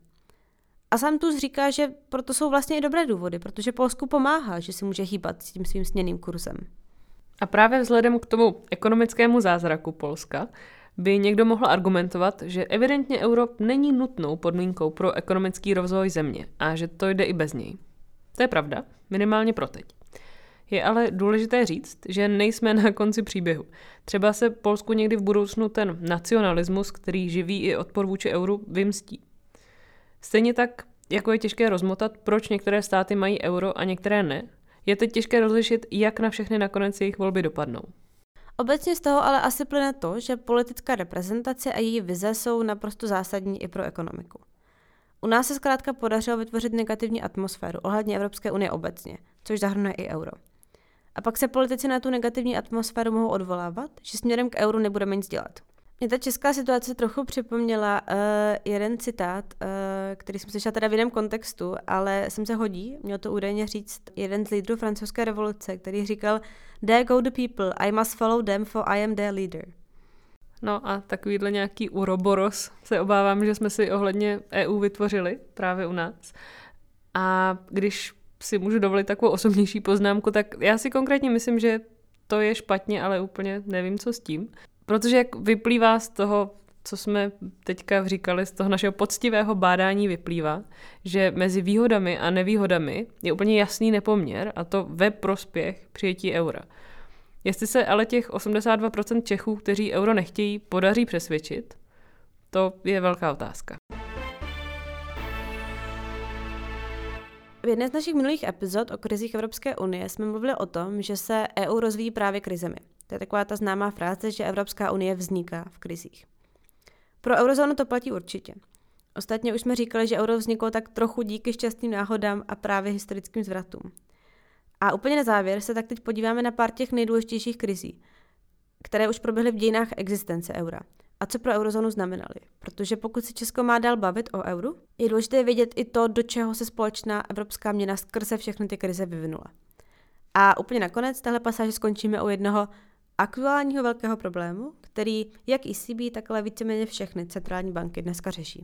A sám Tooze říká, že proto jsou vlastně i dobré důvody, protože Polsku pomáhá, že si může hýbat s tím svým směnným kurzem. A právě vzhledem k tomu ekonomickému zázraku Polska by někdo mohl argumentovat, že evidentně euro není nutnou podmínkou pro ekonomický rozvoj země a že to jde i bez něj. To je pravda, minimálně pro teď. Je ale důležité říct, že nejsme na konci příběhu. Třeba se Polsku někdy v budoucnu ten nacionalismus, který živí i odpor vůči euru, vymstí. Stejně tak, jako je těžké rozmotat, proč některé státy mají euro a některé ne, je teď těžké rozlišit, jak na všechny nakonec jejich volby dopadnou. Obecně z toho ale asi plyne to, že politická reprezentace a její vize jsou naprosto zásadní i pro ekonomiku. U nás se zkrátka podařilo vytvořit negativní atmosféru ohledně Evropské unie obecně, což zahrnuje i euro. A pak se politici na tu negativní atmosféru mohou odvolávat, že směrem k euru nebudeme nic dělat. Mě ta česká situace trochu připomněla jeden citát, který jsem slyšela teda v jiném kontextu, ale sem se hodí. Měl to údajně říct jeden z lídrů francouzské revoluce, který říkal "There go the people, I must follow them, for I am their leader." No a takovýhle nějaký uroboros se obávám, že jsme si ohledně EU vytvořili právě u nás. A když si můžu dovolit takovou osobnější poznámku, tak já si konkrétně myslím, že to je špatně, ale úplně nevím, co s tím. Protože jak vyplývá z toho, co jsme teďka říkali, z toho našeho poctivého bádání vyplývá, že mezi výhodami a nevýhodami je úplně jasný nepoměr, a to ve prospěch přijetí eura. Jestli se ale těch 82% Čechů, kteří euro nechtějí, podaří přesvědčit, to je velká otázka. V jedné z našich minulých epizod o krizích Evropské unie jsme mluvili o tom, že se EU rozvíjí právě krizemi. To je taková ta známá fráze, že Evropská unie vzniká v krizích. Pro eurozónu to platí určitě. Ostatně už jsme říkali, že euro vzniklo tak trochu díky šťastným náhodám a právě historickým zvratům. A úplně na závěr se tak teď podíváme na pár těch nejdůležitějších krizí, které už proběhly v dějinách existence eura. A co pro eurozónu znamenaly. Protože pokud se Česko má dál bavit o euru, je důležité vědět i to, do čeho se společná evropská měna skrze všechny ty krize vyvinula. A úplně nakonec téhle pasáže skončíme u jednoho aktuálního velkého problému, který jak ECB, tak ale víceméně všechny centrální banky dneska řeší.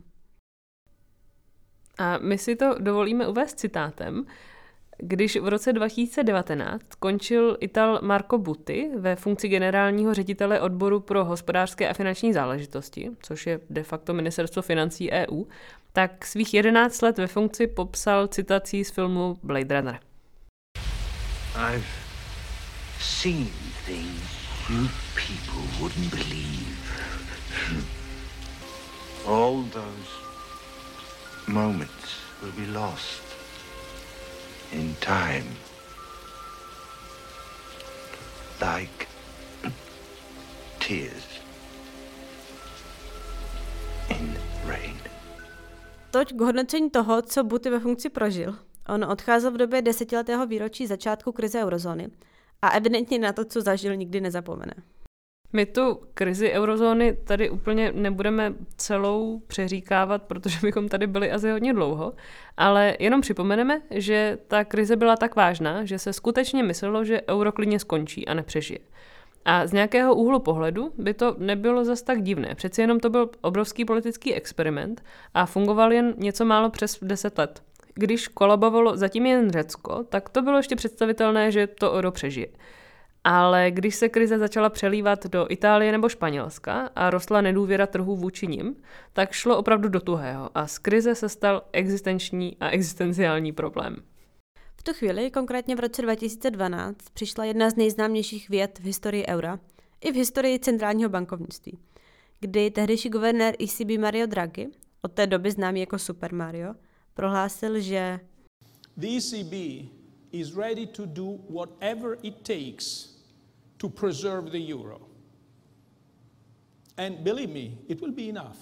A my si to dovolíme uvést citátem. Když v roce 2019 končil Ital Marco Butti ve funkci generálního ředitele odboru pro hospodářské a finanční záležitosti, což je de facto ministerstvo financí EU, tak svých 11 let ve funkci popsal citací z filmu Blade Runner. I've seen things you people wouldn't believe. All those moments will be lost in time, like tears in rain. Toť k hodnocení toho, co Butti ve funkci prožil. On odcházel v době 10letého výročí začátku krize eurozóny a evidentně na to, co zažil, nikdy nezapomene. My tu krizi eurozóny tady úplně nebudeme celou přeříkávat, protože bychom tady byli asi hodně dlouho, ale jenom připomeneme, že ta krize byla tak vážná, že se skutečně myslelo, že euro klidně skončí a nepřežije. A z nějakého úhlu pohledu by to nebylo zas tak divné. Přeci jenom to byl obrovský politický experiment a fungoval jen něco málo přes 10 let. Když kolabovalo zatím jen Řecko, tak to bylo ještě představitelné, že to euro přežije. Ale když se krize začala přelívat do Itálie nebo Španělska a rostla nedůvěra trhů vůči nim, tak šlo opravdu do tuhého a z krize se stal existenční a existenciální problém. V tu chvíli, konkrétně v roce 2012, přišla jedna z nejznámějších vět v historii eura i v historii centrálního bankovnictví, kdy tehdejší guvernér ECB Mario Draghi, od té doby známý jako Super Mario, prohlásil, že The ECB is ready to do whatever it takes to preserve the euro. And believe me, it will be enough.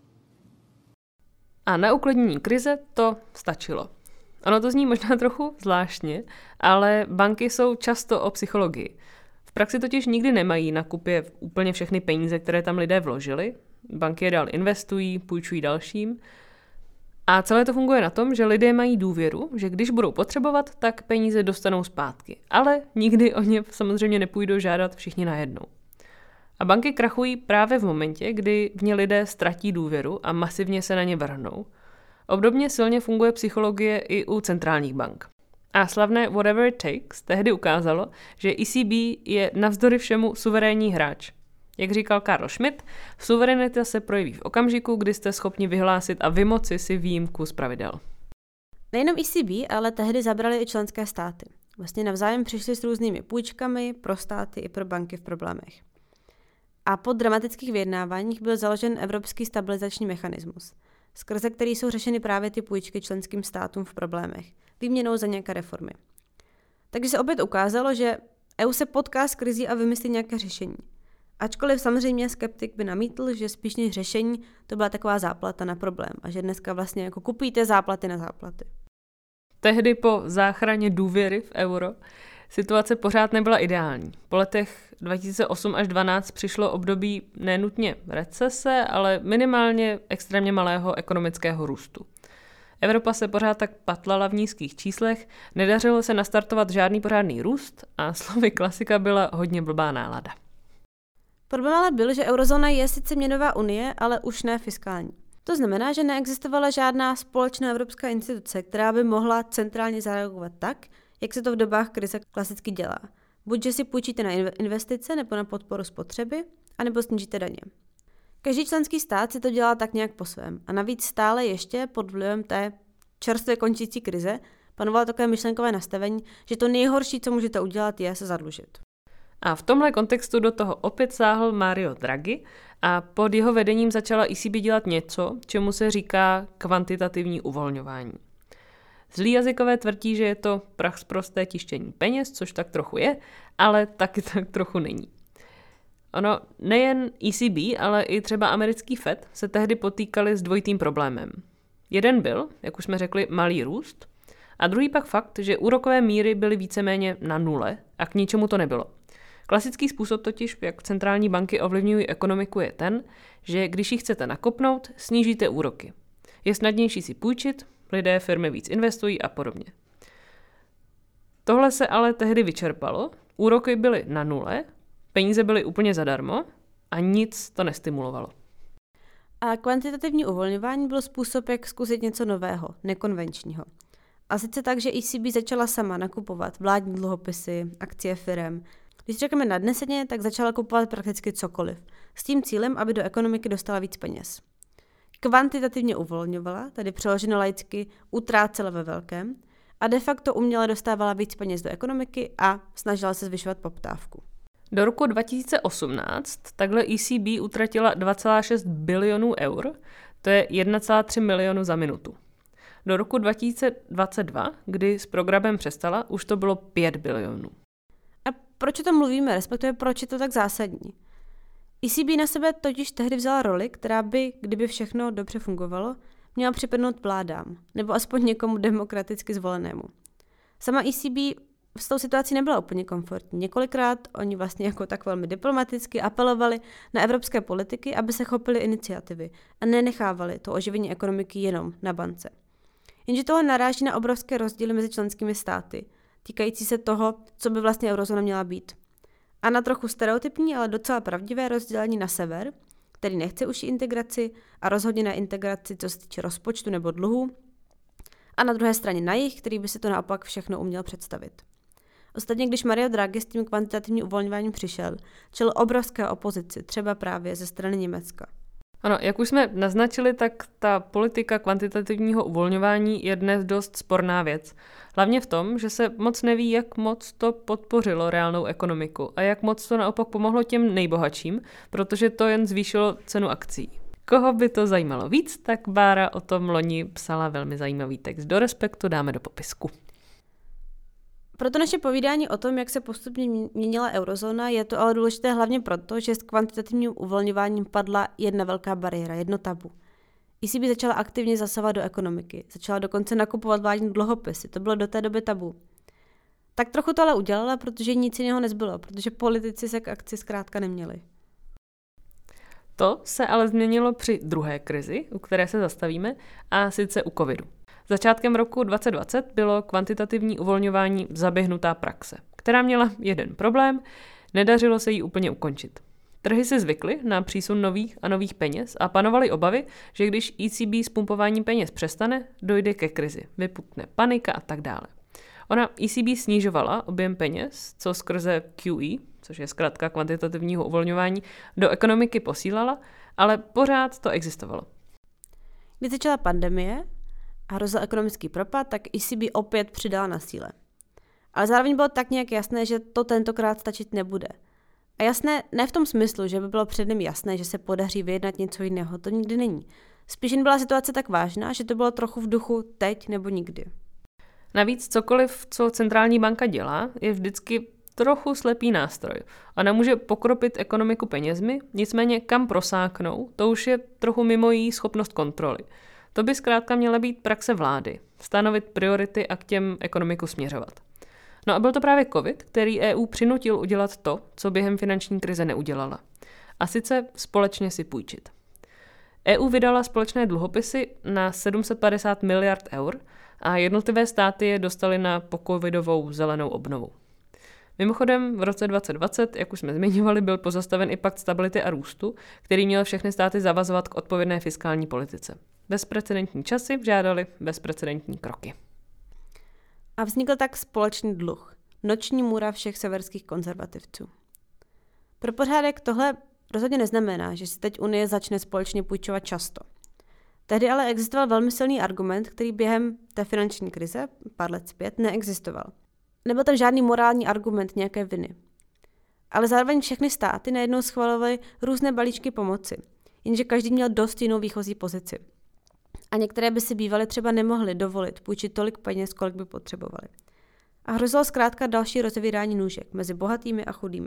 A na uklidnění krize to stačilo. Ono to zní možná trochu zvláštně, ale banky jsou často o psychologii. V praxi totiž nikdy nemají na kupě úplně všechny peníze, které tam lidé vložili. Banky je dál investují, půjčují dalším. A celé to funguje na tom, že lidé mají důvěru, že když budou potřebovat, tak peníze dostanou zpátky. Ale nikdy o ně samozřejmě nepůjdou žádat všichni najednou. A banky krachují právě v momentě, kdy v ně lidé ztratí důvěru a masivně se na ně vrhnou. Obdobně silně funguje psychologie i u centrálních bank. A slavné Whatever it takes tehdy ukázalo, že ECB je navzdory všemu suverénní hráč. Jak říkal Carl Schmitt, suverenita se projeví v okamžiku, kdy jste schopni vyhlásit a vymoci si výjimku z pravidel. Nejenom ECB, ale tehdy zabrali i členské státy. Vlastně navzájem přišli s různými půjčkami pro státy i pro banky v problémech. A po dramatických vyjednáváních byl založen Evropský stabilizační mechanismus, skrze který jsou řešeny právě ty půjčky členským státům v problémech, výměnou za nějaké reformy. Takže se opět ukázalo, že EU se potká s krizí a vymyslí nějaké řešení. Ačkoliv samozřejmě skeptik by namítl, že spíš než řešení to byla taková záplata na problém a že dneska vlastně jako kupíte záplaty na záplaty. Tehdy po záchraně důvěry v euro situace pořád nebyla ideální. Po letech 2008 až 2012 přišlo období nenutně recese, ale minimálně extrémně malého ekonomického růstu. Evropa se pořád tak patlala v nízkých číslech, nedařilo se nastartovat žádný pořádný růst a slovy klasika byla hodně blbá nálada. Problém ale byl, že eurozóna je sice měnová unie, ale už ne fiskální. To znamená, že neexistovala žádná společná evropská instituce, která by mohla centrálně zareagovat tak, jak se to v dobách krize klasicky dělá. Buď, že si půjčíte na investice nebo na podporu spotřeby, anebo snížíte daně. Každý členský stát si to dělá tak nějak po svém a navíc stále ještě pod vlivem té čerstvě končící krize panovalo takové myšlenkové nastavení, že to nejhorší, co můžete udělat, je se zadlužit. A v tomhle kontextu do toho opět sáhl Mario Draghi a pod jeho vedením začala ECB dělat něco, čemu se říká kvantitativní uvolňování. Zlí jazykové tvrdí, že je to prachsprosté tištění peněz, což tak trochu je, ale taky tak trochu není. Ono nejen ECB, ale i třeba americký Fed se tehdy potýkali s dvojitým problémem. Jeden byl, jak už jsme řekli, malý růst, a druhý pak fakt, že úrokové míry byly víceméně na nule a k ničemu to nebylo. Klasický způsob totiž, jak centrální banky ovlivňují ekonomiku, je ten, že když ji chcete nakopnout, snížíte úroky. Je snadnější si půjčit, lidé, firmy víc investují a podobně. Tohle se ale tehdy vyčerpalo, úroky byly na nule, peníze byly úplně zadarmo a nic to nestimulovalo. A kvantitativní uvolňování byl způsob, jak zkusit něco nového, nekonvenčního. A sice tak, že ECB začala sama nakupovat vládní dluhopisy, akcie firem. Když řekneme nadneseně, tak začala kupovat prakticky cokoliv, s tím cílem, aby do ekonomiky dostala víc peněz. Kvantitativně uvolňovala, tedy přeloženo laicky utrácela ve velkém, a de facto uměle dostávala víc peněz do ekonomiky a snažila se zvyšovat poptávku. Do roku 2018 takhle ECB utratila 2,6 bilionů eur, to je 1,3 milionu za minutu. Do roku 2022, kdy s programem přestala, už to bylo 5 bilionů. A proč o tom mluvíme, respektive proč je to tak zásadní? ECB na sebe totiž tehdy vzala roli, která by, kdyby všechno dobře fungovalo, měla připadnout vládám, nebo aspoň někomu demokraticky zvolenému. Sama ECB s tou situací nebyla úplně komfortní. Několikrát oni vlastně jako tak velmi diplomaticky apelovali na evropské politiky, aby se chopili iniciativy a nenechávali to oživení ekonomiky jenom na bance. Jenže tohle naráží na obrovské rozdíly mezi členskými státy, týkající se toho, co by vlastně eurozóna měla být. A na trochu stereotypní, ale docela pravdivé rozdělení na sever, který nechce užší integraci a rozhodně na integraci, co se týče rozpočtu nebo dluhu, a na druhé straně na jih, který by si to naopak všechno uměl představit. Ostatně, když Mario Draghi s tím kvantitativním uvolňováním přišel, čelil obrovské opozici, třeba právě ze strany Německa. Ano, jak už jsme naznačili, tak ta politika kvantitativního uvolňování je dnes dost sporná věc. Hlavně v tom, že se moc neví, jak moc to podpořilo reálnou ekonomiku a jak moc to naopak pomohlo těm nejbohatším, protože to jen zvýšilo cenu akcií. Koho by to zajímalo víc, tak Bára o tom loni psala velmi zajímavý text. Do Respektu dáme do popisku. Proto naše povídání o tom, jak se postupně měnila eurozóna, je to ale důležité hlavně proto, že s kvantitativním uvolňováním padla jedna velká bariéra, jedno tabu. ECB začala aktivně zasahovat do ekonomiky, začala dokonce nakupovat vládní dluhopisy, to bylo do té doby tabu. Tak trochu to ale udělala, protože nic jiného nezbylo, protože politici se k akci zkrátka neměli. To se ale změnilo při druhé krizi, u které se zastavíme, a sice u covidu. Začátkem roku 2020 bylo kvantitativní uvolňování zaběhnutá praxe, která měla jeden problém, nedařilo se jí úplně ukončit. Trhy si zvykly na přísun nových a nových peněz a panovaly obavy, že když ECB s pumpováním peněz přestane, dojde ke krizi, vypukne panika a tak dále. Ona ECB snižovala objem peněz, co skrze QE, což je zkrátka kvantitativního uvolňování, do ekonomiky posílala, ale pořád to existovalo. Když začala pandemie a hrozil ekonomický propad, tak ECB opět přidala na síle. Ale zároveň bylo tak nějak jasné, že to tentokrát stačit nebude. A jasné ne v tom smyslu, že by bylo předem jasné, že se podaří vyjednat něco jiného, to nikdy není. Spíš jen byla situace tak vážná, že to bylo trochu v duchu teď nebo nikdy. Navíc cokoliv, co centrální banka dělá, je vždycky trochu slepý nástroj. Ona může pokropit ekonomiku penězmi, nicméně kam prosáknou, to už je trochu mimo její schopnost kontroly. To by zkrátka měla být praxe vlády, stanovit priority a k těm ekonomiku směřovat. No a byl to právě COVID, který EU přinutil udělat to, co během finanční krize neudělala. A sice společně si půjčit. EU vydala společné dluhopisy na 750 miliard eur a jednotlivé státy je dostaly na pocovidovou zelenou obnovu. Mimochodem v roce 2020, jak už jsme zmiňovali, byl pozastaven i pakt stability a růstu, který měl všechny státy zavazovat k odpovědné fiskální politice. Bezprecedentní časy žádali bezprecedentní kroky. A vznikl tak společný dluh, noční můra všech severských konzervativců. Pro pořádek tohle rozhodně neznamená, že si teď Unie začne společně půjčovat často. Tehdy ale existoval velmi silný argument, který během té finanční krize, pár let zpět, neexistoval. Nebyl tam žádný morální argument nějaké viny. Ale zároveň všechny státy najednou schvalovaly různé balíčky pomoci, jenže každý měl dost jinou výchozí pozici. A některé by si bývaly třeba nemohly dovolit půjčit tolik peněz, kolik by potřebovali. A hrozilo zkrátka další rozevírání nůžek mezi bohatými a chudými.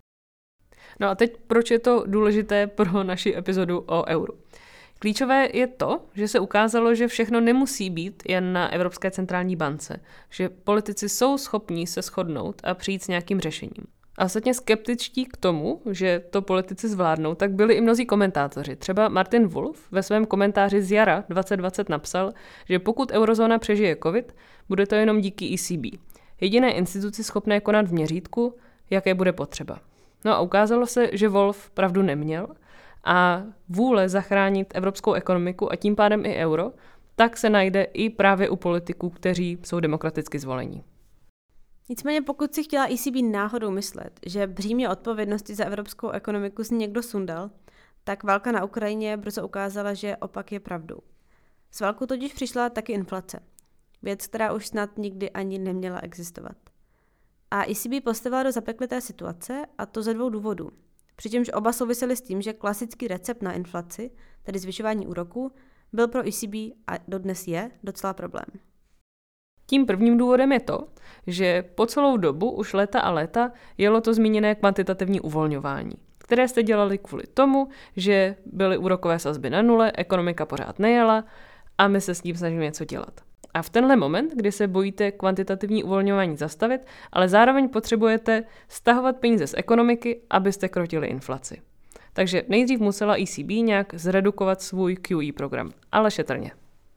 No a teď proč je to důležité pro naši epizodu o euru? Klíčové je to, že se ukázalo, že všechno nemusí být jen na Evropské centrální bance, že politici jsou schopní se shodnout a přijít s nějakým řešením. A ostatně skeptičtí k tomu, že to politici zvládnou, tak byli i mnozí komentátoři. Třeba Martin Wolf ve svém komentáři z jara 2020 napsal, že pokud eurozóna přežije COVID, bude to jenom díky ECB. Jediné instituci schopné konat v měřítku, jaké bude potřeba. No a ukázalo se, že Wolf pravdu neměl a vůle zachránit evropskou ekonomiku a tím pádem i euro, tak se najde i právě u politiků, kteří jsou demokraticky zvolení. Nicméně pokud si chtěla ECB náhodou myslet, že břímě odpovědnosti za evropskou ekonomiku si někdo sundal, tak válka na Ukrajině brzo ukázala, že opak je pravdou. S válkou totiž přišla taky inflace. Věc, která už snad nikdy ani neměla existovat. A ECB postavila do zapeklité situace, a to ze 2 důvodů. Přičemž oba souvisely s tím, že klasický recept na inflaci, tedy zvyšování úroků, byl pro ECB a dodnes je docela problém. Tím prvním důvodem je to, že po celou dobu, už léta a léta, jelo to zmíněné kvantitativní uvolňování, které jste dělali kvůli tomu, že byly úrokové sazby na nule, ekonomika pořád nejela a my se s tím snažíme něco dělat. A v tenhle moment, kdy se bojíte kvantitativní uvolňování zastavit, ale zároveň potřebujete stahovat peníze z ekonomiky, abyste krotili inflaci. Takže nejdřív musela ECB nějak zredukovat svůj QE program, ale šetrně.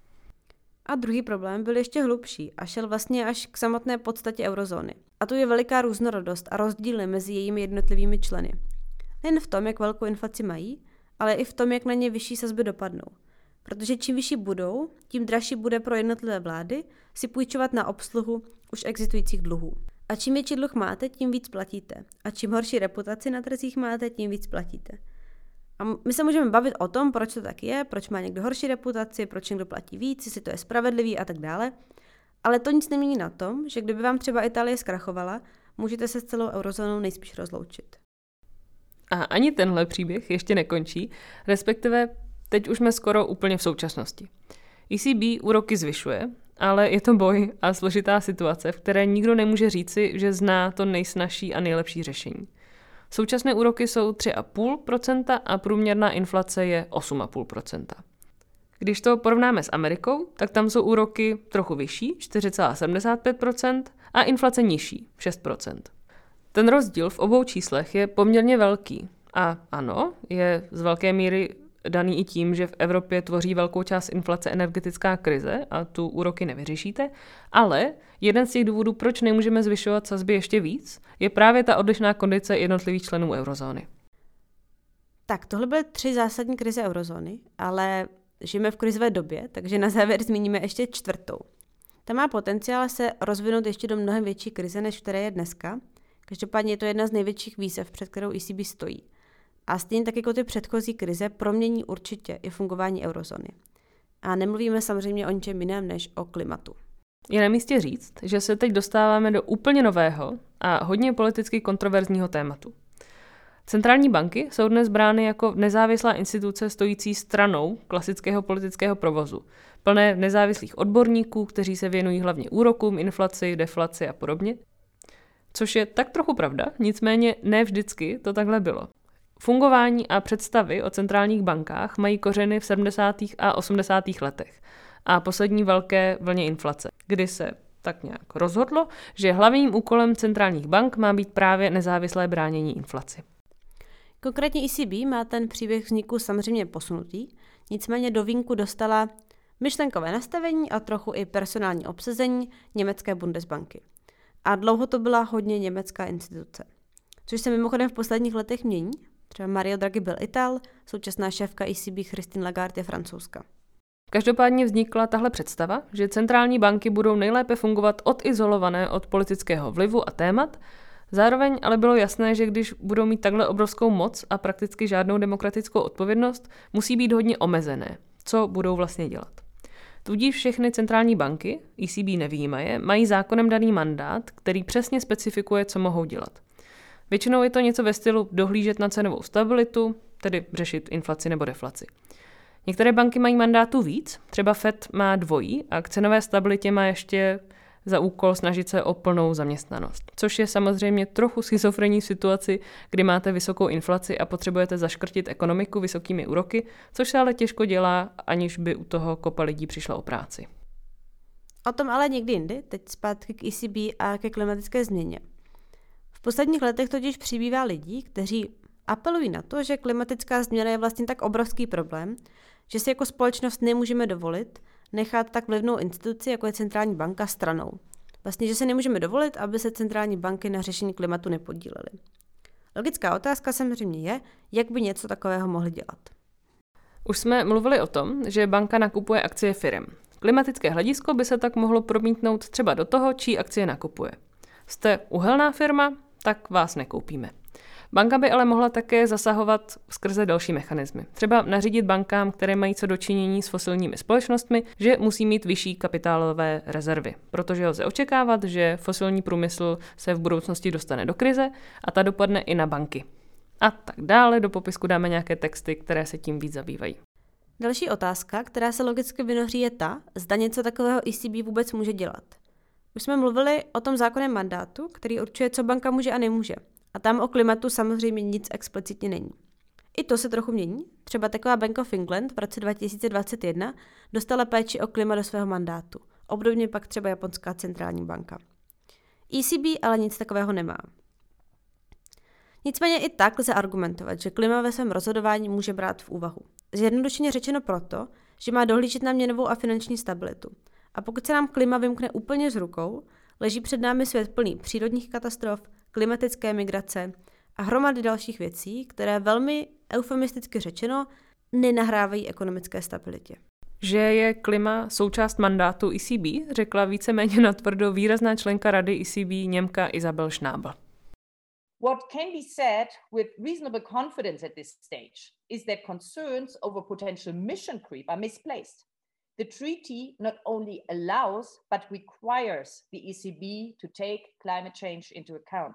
A druhý problém byl ještě hlubší a šel vlastně až k samotné podstatě eurozóny. A tu je veliká různorodost a rozdíly mezi jejími jednotlivými členy. Nejen v tom, jak velkou inflaci mají, ale i v tom, jak na ně vyšší sazby dopadnou. Protože čím vyšší budou, tím dražší bude pro jednotlivé vlády si půjčovat na obsluhu už existujících dluhů. A čím větší dluh máte, tím víc platíte. A čím horší reputaci na trzích máte, tím víc platíte. A my se můžeme bavit o tom, proč to tak je, proč má někdo horší reputaci, proč někdo platí víc, jestli to je spravedlivý a tak dále. Ale to nic nemění na tom, že kdyby vám třeba Itálie zkrachovala, můžete se s celou eurozónou nejspíš rozloučit. A ani tenhle příběh ještě nekončí, respektive teď už jsme skoro úplně v současnosti. ECB úroky zvyšuje, ale je to boj a složitá situace, v které nikdo nemůže říci, že zná to nejsnazší a nejlepší řešení. Současné úroky jsou 3,5% a průměrná inflace je 8,5%. Když to porovnáme s Amerikou, tak tam jsou úroky trochu vyšší, 4,75%, a inflace nižší, 6%. Ten rozdíl v obou číslech je poměrně velký. A ano, je z velké míry daný i tím, že v Evropě tvoří velkou část inflace energetická krize a tu úroky nevyřešíte, ale jeden z těch důvodů, proč nemůžeme zvyšovat sazby ještě víc, je právě ta odlišná kondice jednotlivých členů eurozóny. Tak, tohle byly 3 zásadní krize eurozóny, ale žijeme v krizové době, takže na závěr zmíníme ještě 4. Ta má potenciál se rozvinout ještě do mnohem větší krize, než které je dneska. Každopádně je to jedna z největších výzev, před kterou ECB stojí. A stejně tak jako ty předchozí krize promění určitě i fungování eurozóny. A nemluvíme samozřejmě o ničem jiném než o klimatu. Je na místě říct, že se teď dostáváme do úplně nového a hodně politicky kontroverzního tématu. Centrální banky jsou dnes brány jako nezávislá instituce stojící stranou klasického politického provozu, plné nezávislých odborníků, kteří se věnují hlavně úrokům, inflaci, deflaci a podobně. Což je tak trochu pravda, nicméně ne vždycky to takhle bylo. Fungování a představy o centrálních bankách mají kořeny v 70. a 80. letech a poslední velké vlně inflace, kdy se tak nějak rozhodlo, že hlavním úkolem centrálních bank má být právě nezávislé bránění inflaci. Konkrétně ECB má ten příběh vzniku samozřejmě posunutý, nicméně do vínku dostala myšlenkové nastavení a trochu i personální obsazení německé Bundesbanky. A dlouho to byla hodně německá instituce. Což se mimochodem v posledních letech mění. Třeba Mario Draghi byl Ital, současná šéfka ECB Christine Lagarde je Francouzka. Každopádně vznikla tahle představa, že centrální banky budou nejlépe fungovat odizolované od politického vlivu a témat, zároveň ale bylo jasné, že když budou mít takhle obrovskou moc a prakticky žádnou demokratickou odpovědnost, musí být hodně omezené, co budou vlastně dělat. Tudíž všechny centrální banky, ECB nevyjímaje, mají zákonem daný mandát, který přesně specifikuje, co mohou dělat. Většinou je to něco ve stylu dohlížet na cenovou stabilitu, tedy řešit inflaci nebo deflaci. Některé banky mají mandátu víc, třeba Fed má dvojí a k cenové stabilitě má ještě za úkol snažit se o plnou zaměstnanost. Což je samozřejmě trochu schizofrenní situaci, kdy máte vysokou inflaci a potřebujete zaškrtit ekonomiku vysokými úroky, což se ale těžko dělá, aniž by u toho kopa lidí přišla o práci. O tom ale někdy jindy, teď zpátky k ECB a ke klimatické změně. V posledních letech totiž přibývá lidí, kteří apelují na to, že klimatická změna je vlastně tak obrovský problém, že si jako společnost nemůžeme dovolit nechat tak vlivnou instituci, jako je centrální banka, stranou. Vlastně, že se nemůžeme dovolit, aby se centrální banky na řešení klimatu nepodílely. Logická otázka samozřejmě je, jak by něco takového mohly dělat. Už jsme mluvili o tom, že banka nakupuje akcie firem. Klimatické hledisko by se tak mohlo promítnout třeba do toho, čí akcie nakupuje. Jste uhelná firma, tak vás nekoupíme. Banka by ale mohla také zasahovat skrze další mechanismy. Třeba nařídit bankám, které mají co dočinění s fosilními společnostmi, že musí mít vyšší kapitálové rezervy, protože lze očekávat, že fosilní průmysl se v budoucnosti dostane do krize a ta dopadne i na banky. A tak dále, do popisku dáme nějaké texty, které se tím víc zabývají. Další otázka, která se logicky vynoří, je ta, zda něco takového ECB vůbec může dělat. Už jsme mluvili o tom zákonném mandátu, který určuje, co banka může a nemůže. A tam o klimatu samozřejmě nic explicitně není. I to se trochu mění. Třeba taková Bank of England v roce 2021 dostala péči o klima do svého mandátu. Obdobně pak třeba japonská centrální banka. ECB ale nic takového nemá. Nicméně i tak lze argumentovat, že klima ve svém rozhodování může brát v úvahu. Zjednodušeně řečeno proto, že má dohlížet na měnovou a finanční stabilitu. A pokud se nám klima vymkne úplně z rukou, leží před námi svět plný přírodních katastrof, klimatické migrace a hromady dalších věcí, které velmi eufemisticky řečeno nenahrávají ekonomické stabilitě. Že je klima součást mandátu ECB, řekla víceméně natvrdo výrazná členka rady ECB Němka Isabel Schnabel. What can be said with reasonable confidence at this stage is that concerns over potential mission creep are misplaced. The treaty not only allows, but requires the ECB to take climate change into account.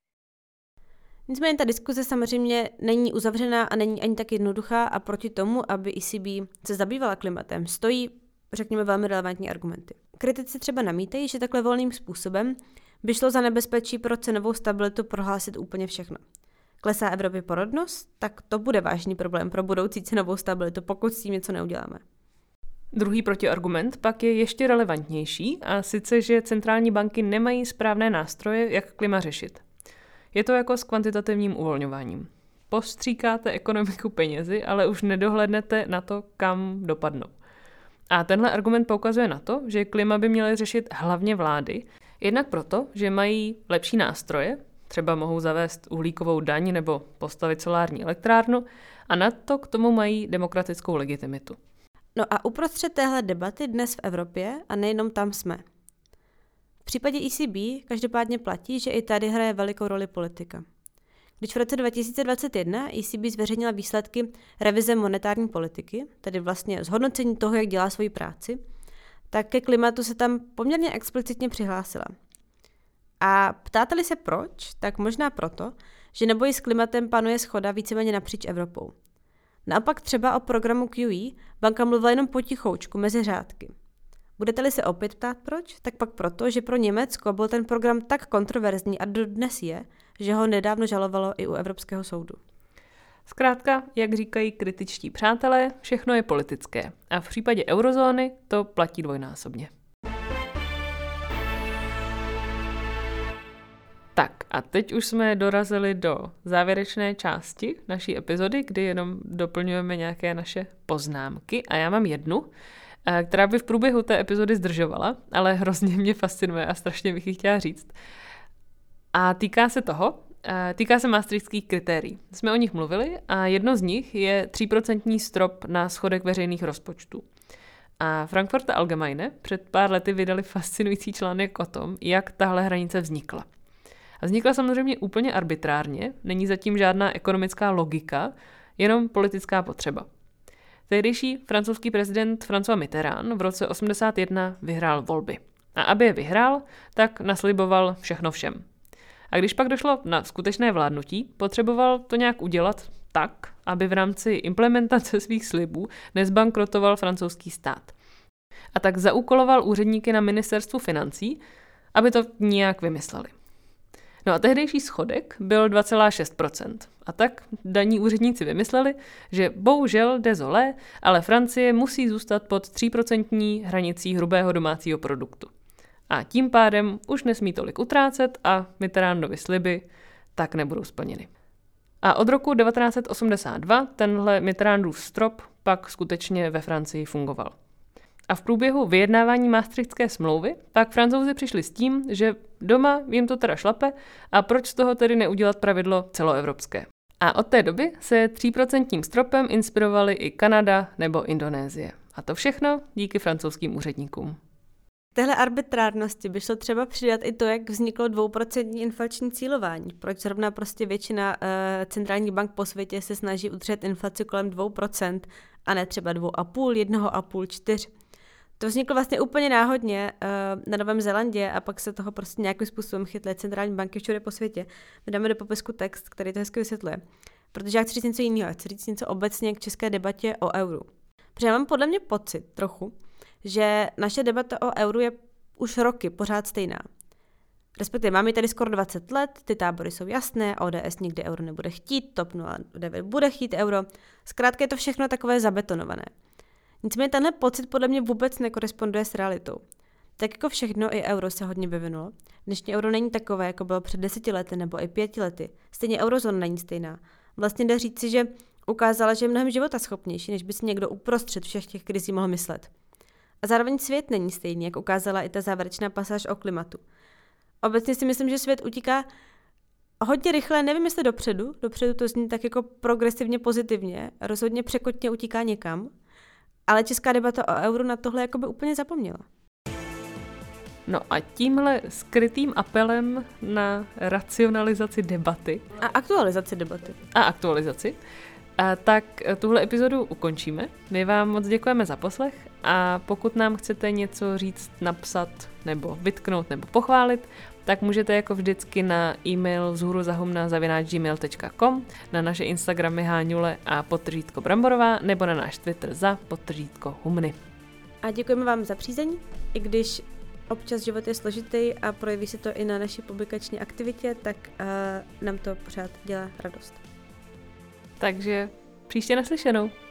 Nicméně ta diskuze samozřejmě není uzavřená a není ani tak jednoduchá a proti tomu, aby ECB se zabývala klimatem, stojí, řekněme, velmi relevantní argumenty. Kritici třeba namítají, že takhle volným způsobem by šlo za nebezpečí pro cenovou stabilitu prohlásit úplně všechno. Klesá Evropě porodnost? Tak to bude vážný problém pro budoucí cenovou stabilitu, pokud s tím něco neuděláme. Druhý protiargument pak je ještě relevantnější a sice, že centrální banky nemají správné nástroje, jak klima řešit. Je to jako s kvantitativním uvolňováním. Postříkáte ekonomiku penězi, ale už nedohlednete na to, kam dopadnou. A tenhle argument poukazuje na to, že klima by měly řešit hlavně vlády, jednak proto, že mají lepší nástroje, třeba mohou zavést uhlíkovou daň nebo postavit solární elektrárnu, a na to k tomu mají demokratickou legitimitu. No a uprostřed téhle debaty dnes v Evropě, a nejenom tam jsme. V případě ECB každopádně platí, že i tady hraje velikou roli politika. Když v roce 2021 ECB zveřejnila výsledky revize monetární politiky, tedy vlastně zhodnocení toho, jak dělá svoji práci, tak ke klimatu se tam poměrně explicitně přihlásila. A ptáte-li se proč, tak možná proto, že na boji s klimatem panuje shoda víceméně napříč Evropou. Naopak třeba o programu QE banka mluvila jenom potichoučku mezi řádky. Budete-li se opět ptát proč, tak pak proto, že pro Německo byl ten program tak kontroverzní a dodnes je, že ho nedávno žalovalo i u Evropského soudu. Zkrátka, jak říkají kritičtí přátelé, všechno je politické a v případě eurozóny to platí dvojnásobně. Tak a teď už jsme dorazili do závěrečné části naší epizody, kdy jenom doplňujeme nějaké naše poznámky a já mám jednu, která by v průběhu té epizody zdržovala, ale hrozně mě fascinuje a strašně bych ji chtěla říct. A týká se maastrichtských kritérií. Jsme o nich mluvili a jedno z nich je 3% strop na schodek veřejných rozpočtů. A Frankfurter Allgemeine před pár lety vydali fascinující článek o tom, jak tahle hranice vznikla. A vznikla samozřejmě úplně arbitrárně, není zatím žádná ekonomická logika, jenom politická potřeba. Tehdejší francouzský prezident François Mitterrand v roce 1981 vyhrál volby. A aby je vyhrál, tak nasliboval všechno všem. A když pak došlo na skutečné vládnutí, potřeboval to nějak udělat tak, aby v rámci implementace svých slibů nezbankrotoval francouzský stát. A tak zaúkoloval úředníky na ministerstvu financí, aby to nějak vymysleli. No a tehdejší schodek byl 2,6%. A tak daní úředníci vymysleli, že bohužel désolé, ale Francie musí zůstat pod 3% hranicí hrubého domácího produktu. A tím pádem už nesmí tolik utrácet a Mitterrandovy sliby tak nebudou splněny. A od roku 1982 tenhle Mitterrandův strop pak skutečně ve Francii fungoval. A v průběhu vyjednávání Maastrichtské smlouvy pak Francouzi přišli s tím, že doma jim to teda šlape a proč z toho tedy neudělat pravidlo celoevropské. A od té doby se 3% stropem inspirovali i Kanada nebo Indonésie. A to všechno díky francouzským úředníkům. Téhle arbitrárnosti by šlo třeba přidat i to, jak vzniklo 2% inflační cílování. Proč zrovna prostě většina centrálních bank po světě se snaží udržet inflaci kolem 2% a ne třeba 2,5, 1,5, 4. To vzniklo vlastně úplně náhodně na Novém Zélandě a pak se toho prostě nějakým způsobem chytly centrální banky všude po světě. My dáme do popisku text, který to hezky vysvětluje. Protože já chci říct něco jiného, chci říct něco obecně k české debatě o euru. Protože já mám podle mě pocit trochu, že naše debata o euru je už roky pořád stejná. Respektive máme tady skoro 20 let, ty tábory jsou jasné, ODS nikdy euro nebude chtít, TOP 09 bude chtít euro. Zkrátka je to všechno takové zabetonované. Nicméně tenhle pocit podle mě vůbec nekoresponduje s realitou. Tak jako všechno, i euro se hodně vyvinulo. Dnešní euro není takové, jako bylo před 10 lety nebo i 5 lety. Stejně eurozóna není stejná. Vlastně jde říci, že ukázala, že je mnohem životaschopnější, než by si někdo uprostřed všech těch krizí mohl myslet. A zároveň svět není stejný, jak ukázala i ta závěrečná pasáž o klimatu. Obecně si myslím, že svět utíká hodně rychle, nevím jestli dopředu to zní tak jako progresivně pozitivně, rozhodně překotně utíká někam, ale česká debata o euru na tohle jakoby úplně zapomněla. No a tímhle skrytým apelem na racionalizaci debaty A aktualizaci debaty. Tak tuhle epizodu ukončíme. My vám moc děkujeme za poslech a pokud nám chcete něco říct, napsat nebo vytknout nebo pochválit, tak můžete jako vždycky na e-mail vzhuruzahumna@gmail.com, na naše Instagramy Háňule a _Bramborová nebo na náš Twitter za _Humny. A děkujeme vám za přízeň, i když občas život je složitý a projeví se to i na naší publikační aktivitě, tak nám to pořád dělá radost. Takže příště naslyšenou.